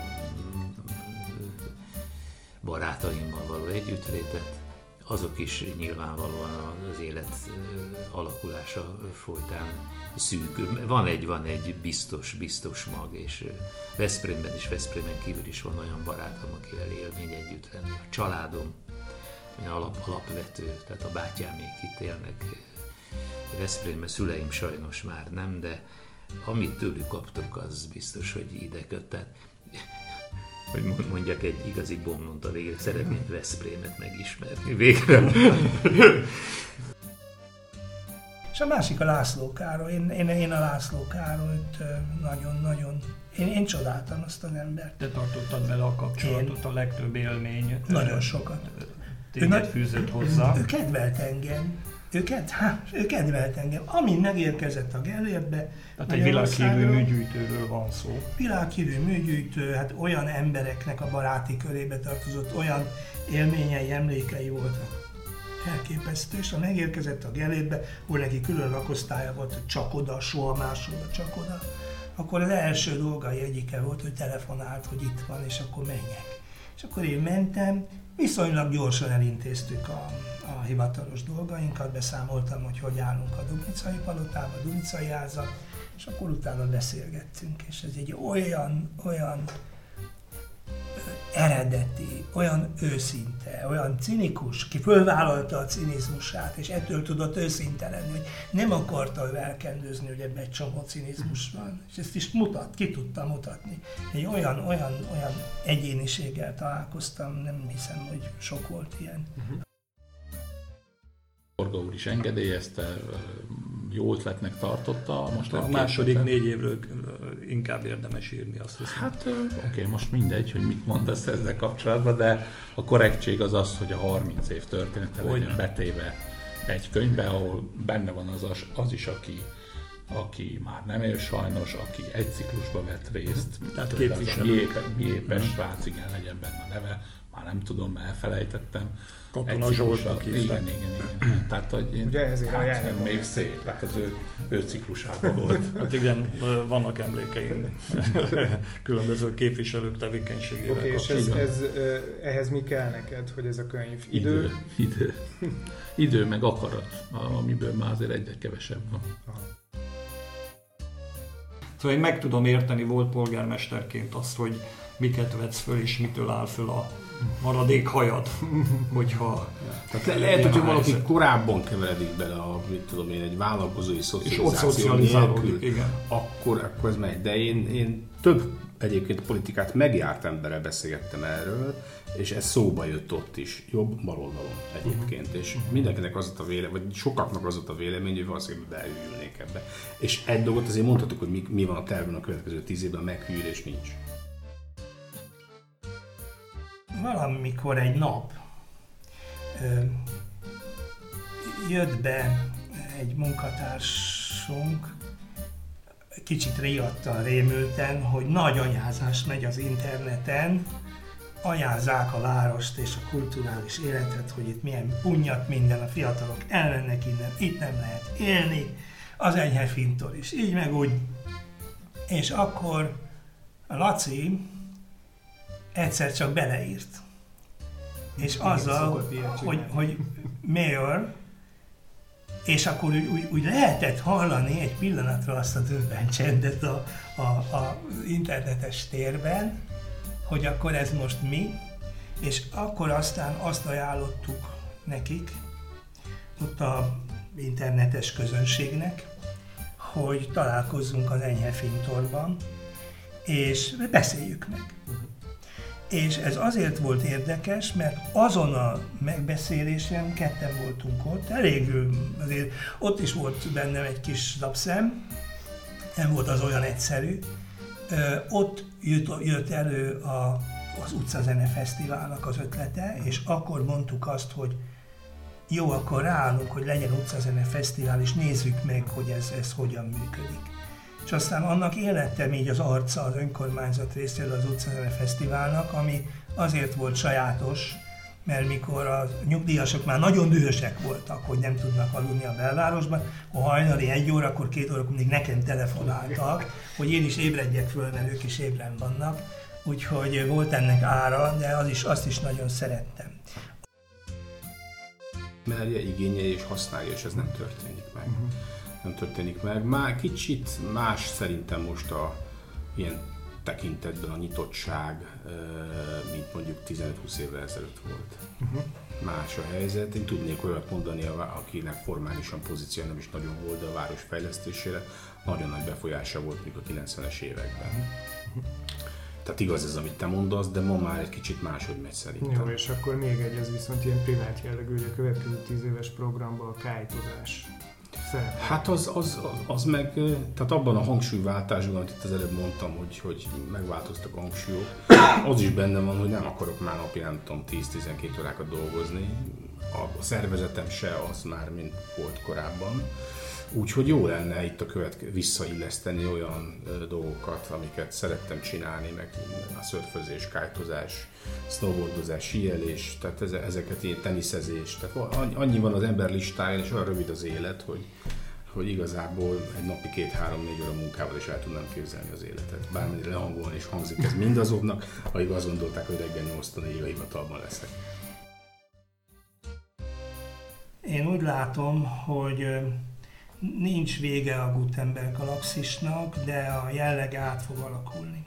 barátaimmal való együttlétet, azok is nyilvánvalóan az élet alakulása folytán szűkül. Van egy biztos mag, és Veszprémben és Veszprémen kívül is van olyan barátom, akivel élmény együtt lenni. A családom alapvető, tehát a bátyámék itt élnek Veszprémben, szüleim sajnos már nem, de amit tőlük kaptunk, az biztos, hogy ide köttet. Hogy mondjak egy igazi bombont a végére, szeretném Veszprémet megismerni végre.
És a másik a László Károly. Én a László Károlyt nagyon-nagyon... Én csodáltam azt az embert.
Te tartottad vele a kapcsolatot, a legtöbb élmény.
Nagyon sokat.
Téged fűzött hozzá.
Ő kedvelt engem. Ő kedvelt engem. Amint megérkezett a Gellérbe...
Tehát egy világhírű műgyűjtőről van szó.
Világhírű műgyűjtő, hát olyan embereknek a baráti körébe tartozott, olyan élményei, emlékei voltak. elképesztő, és ha megérkezett a Gellértbe, ahol neki külön lakosztálya volt, hogy csak oda, soha máshol, csak oda, akkor az első dolgai egyike volt, hogy telefonált, hogy itt van, és akkor menjek. És akkor én mentem, viszonylag gyorsan elintéztük a hivatalos dolgainkat, beszámoltam, hogy állunk a Dubnicai palotába, a Dubnicai házba, és akkor utána beszélgettünk, és ez egy olyan eredeti, olyan őszinte, olyan cinikus, ki fölvállalta a cinizmusát, és ettől tudott őszinte lenni, hogy nem akarta ő elkendőzni, hogy ebben egy csomó cinizmus van, és ezt is ki tudta mutatni. Egy olyan egyéniséggel találkoztam, nem hiszem, hogy sok volt ilyen.
Forga úr is engedélyezte, jó ötletnek tartotta. Most
a második 4 évről inkább érdemes írni, azt hiszem.
Hát oké, most mindegy, hogy mit mondasz ezzel kapcsolatban, de a korrektség az, hogy a 30 év története legyen betéve egy könyvbe, ahol benne van az is, aki már nem él sajnos, aki egy ciklusba vett részt.
Tehát képviselő.
Miépes srác, igen, legyen benne a neve, már nem tudom, elfelejtettem.
Katona Zsoltnak
igen. Tehát, hogy én,
ugye ezért
hát, még szép, tehát az ő ciklusában volt.
Hát igen, vannak emlékeim különböző képviselők tevékenységével.
Oké, és ehhez mi kell neked, hogy ez a könyv?
Idő meg akarat, amiből már azért egyre kevesebb van.
Aha.
Szóval én meg tudom érteni volt polgármesterként azt, hogy miket vetsz föl és mitől áll föl a maradék hajad, hogyha...
Tehát lehet, hogy valaki korábban keveredik bele mit tudom én, egy vállalkozói szocializáció
nélkül, igen.
Akkor ez megy. De én több egyébként politikát megjárt emberrel beszélgettem erről, és ez szóba jött ott is, jobb baloldalon egyébként. És mindenkinek az a vélemény, vagy sokaknak az a vélemény, hogy valószínűleg beülnék ebbe. És egy dolgot azért mondhatok, hogy mi van a tervben a következő 10 évben, a meghűlés nincs.
Valamikor egy nap jött be egy munkatársunk, kicsit riadtan, rémülten, hogy nagy anyázás megy az interneten, anyázzák a várost és a kulturális életet, hogy itt milyen punnyat minden, a fiatalok elmennek innen, itt nem lehet élni, az enyhe fintor is, így meg úgy. És akkor a Laci egyszer csak beleírt. És azzal, hogy mayor, és akkor úgy lehetett hallani egy pillanatra azt a döbben csendet az internetes térben, hogy akkor ez most mi, és akkor aztán azt ajánlottuk nekik, ott az internetes közönségnek, hogy találkozzunk az enyhe fintorban, és beszéljük meg. És ez azért volt érdekes, mert azon a megbeszélésen ketten voltunk ott, elég azért ott is volt bennem egy kis lapszem, nem volt az olyan egyszerű. Ott jött elő az Utcazene Fesztiválnak az ötlete, és akkor mondtuk azt, hogy jó, akkor ráállunk, hogy legyen Utcazene Fesztivál, és nézzük meg, hogy ez hogyan működik. És aztán annak élettem így az arca az önkormányzat részéről az Utcazene Fesztiválnak, ami azért volt sajátos, mert mikor a nyugdíjasok már nagyon dühösek voltak, hogy nem tudnak aludni a belvárosban, a hajnali 1 órakor, 2 órakor mindig nekem telefonáltak, hogy én is ébredjek föl, mert ők is ébren vannak. Úgyhogy volt ennek ára, de azt is nagyon szerettem.
Merje, igényelje és használja, és ez nem történik meg. Nem történik meg. Már kicsit más szerintem most ilyen tekintetben a nyitottság, mint mondjuk 15-20 évvel ezelőtt volt. Más a helyzet. Én tudnék olyat mondani, akinek formálisan pozíció nem is nagyon volt, de a város fejlesztésére nagyon nagy befolyása volt még a 90-es években. Tehát igaz ez, amit te mondasz, de ma már egy kicsit máshogy megy szerintem.
Jó, és akkor még egy, ez viszont ilyen privát jellegű, hogy a következő 10 éves programban a kájtozás.
Hát az meg, tehát abban a hangsúlyváltásban, amit itt az előbb mondtam, hogy megváltoztak a hangsúlyok, az is benne van, hogy nem akarok már napi, nem tudom, 10-12 órákat dolgozni, a szervezetem se az már, mint volt korábban. Úgyhogy jó lenne itt visszailleszteni olyan dolgokat, amiket szerettem csinálni, meg a szörfözés, kite-ozás, snowboardozás, síelés, tehát ezeket ilyen teniszezés. Tehát annyi van az ember listáján, és olyan rövid az élet, hogy igazából egy napi 2-3-4 óra munkával is el tudnám képzelni az életet. Bármennyire lehangolni és hangzik ez mindazoknak, akik azt gondolták, hogy reggel 8-4 a hivatalban leszek.
Én úgy látom, hogy nincs vége a Gutenberg galaxisnak, de a jellege át fog alakulni.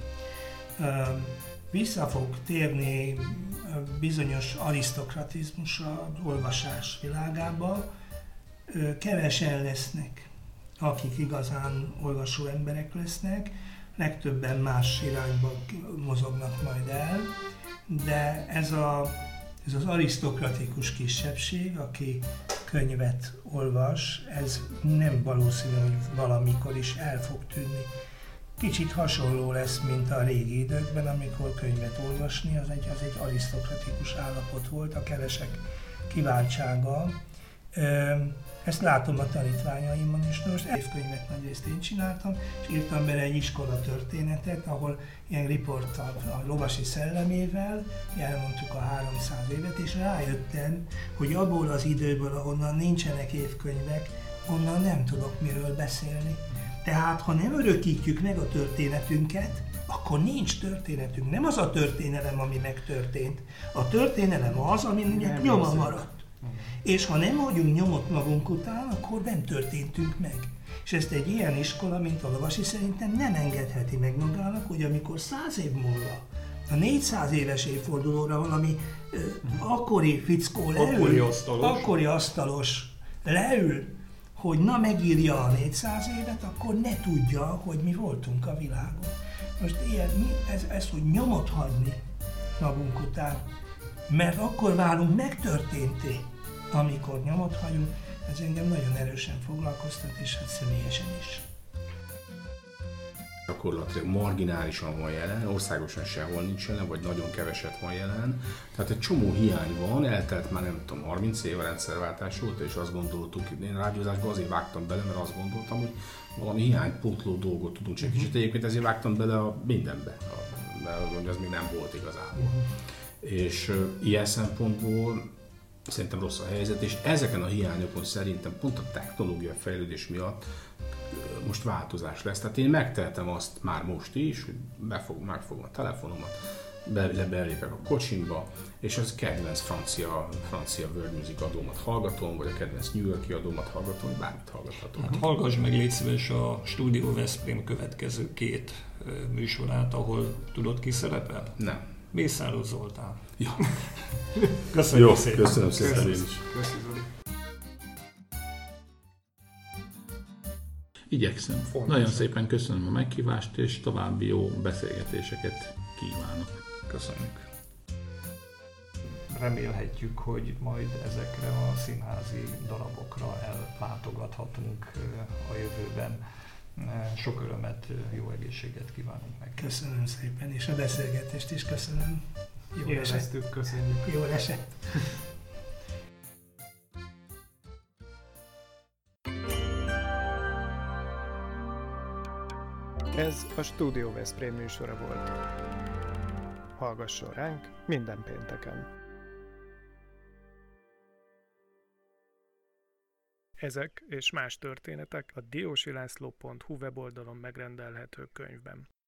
Vissza fog térni bizonyos arisztokratizmus az olvasás világába. Kevesen lesznek, akik igazán olvasó emberek lesznek, legtöbben más irányba mozognak majd el, de ez az arisztokratikus kisebbség, aki könyvet olvas, ez nem valószínű, hogy valamikor is el fog tűnni. Kicsit hasonló lesz, mint a régi időkben, amikor könyvet olvasni, az egy arisztokratikus állapot volt, a kevesek kiváltsága. Ezt látom a tanítványaimon is. Most évkönyvet nagyrészt én csináltam, és írtam bele egy iskola történetet, ahol ilyen riporttal, a lovasi szellemével elmondtuk a 300 évet, és rájöttem, hogy abból az időből, ahonnan nincsenek évkönyvek, onnan nem tudok miről beszélni. Tehát, ha nem örökítjük meg a történetünket, akkor nincs történetünk. Nem az a történelem, ami megtörtént. A történelem az, aminek nyoma maradt. És ha nem hagyunk nyomot magunk után, akkor nem történtünk meg. És ezt egy ilyen iskola, mint a lovasi, szerintem nem engedheti meg magának, hogy amikor 100 év múlva, a 400 éves évfordulóra valami akkori fickó leül, akkori asztalos leül, hogy na megírja a 400 évet, akkor ne tudja, hogy mi voltunk a világon. Most ez hogy nyomot hagyni magunk után, mert akkor válunk megtörténté, amikor nyomot hagyunk, ez engem nagyon erősen foglalkoztat, és hát személyesen is.
Gyakorlatilag marginálisan van jelen, országosan sehol nincs jelen, vagy nagyon keveset van jelen. Tehát egy csomó hiány van, eltelt már nem tudom, 30 év a rendszerváltás óta, és azt gondoltuk, én rádiózásban azért vágtam bele, mert azt gondoltam, hogy valami hiánypótló dolgot tudunk csinálni. Kicsit egyébként ezért vágtam bele a mindenbe, mert az még nem volt igazából. És ilyen szempontból szerintem rossz a helyzet, és ezeken a hiányokon szerintem pont a technológia fejlődés miatt most változás lesz. Tehát én megtehetem azt már most is, hogy megfogom a telefonomat, belépek a kocsimba, és az kedvenc francia World Music adómat hallgatom, vagy a kedvenc New York-i adómat hallgatom, vagy bármit hallgathatom.
Hát hallgass meg, légy szíves, a Stúdió Veszprém következő 2 műsorát, ahol tudod, ki szerepel?
Nem.
Mészáros Zoltán.
Ja.
Köszönjük szépen.
Köszönöm szépen én is.
Köszönöm.
Igyekszem. Nagyon szépen köszönöm a meghívást, és további jó beszélgetéseket kívánok.
Köszönjük. Remélhetjük, hogy majd ezekre a színházi darabokra ellátogathatunk a jövőben. Sok örömet, jó egészséget kívánunk meg.
Köszönöm szépen, és a beszélgetést is köszönöm. Jó
Élveztük, köszönjük.
Jól esett.
Ez a Stúdió Veszprém műsora volt. Hallgasson ránk minden pénteken. Ezek és más történetek a diósilászló.hu weboldalon megrendelhető könyvben.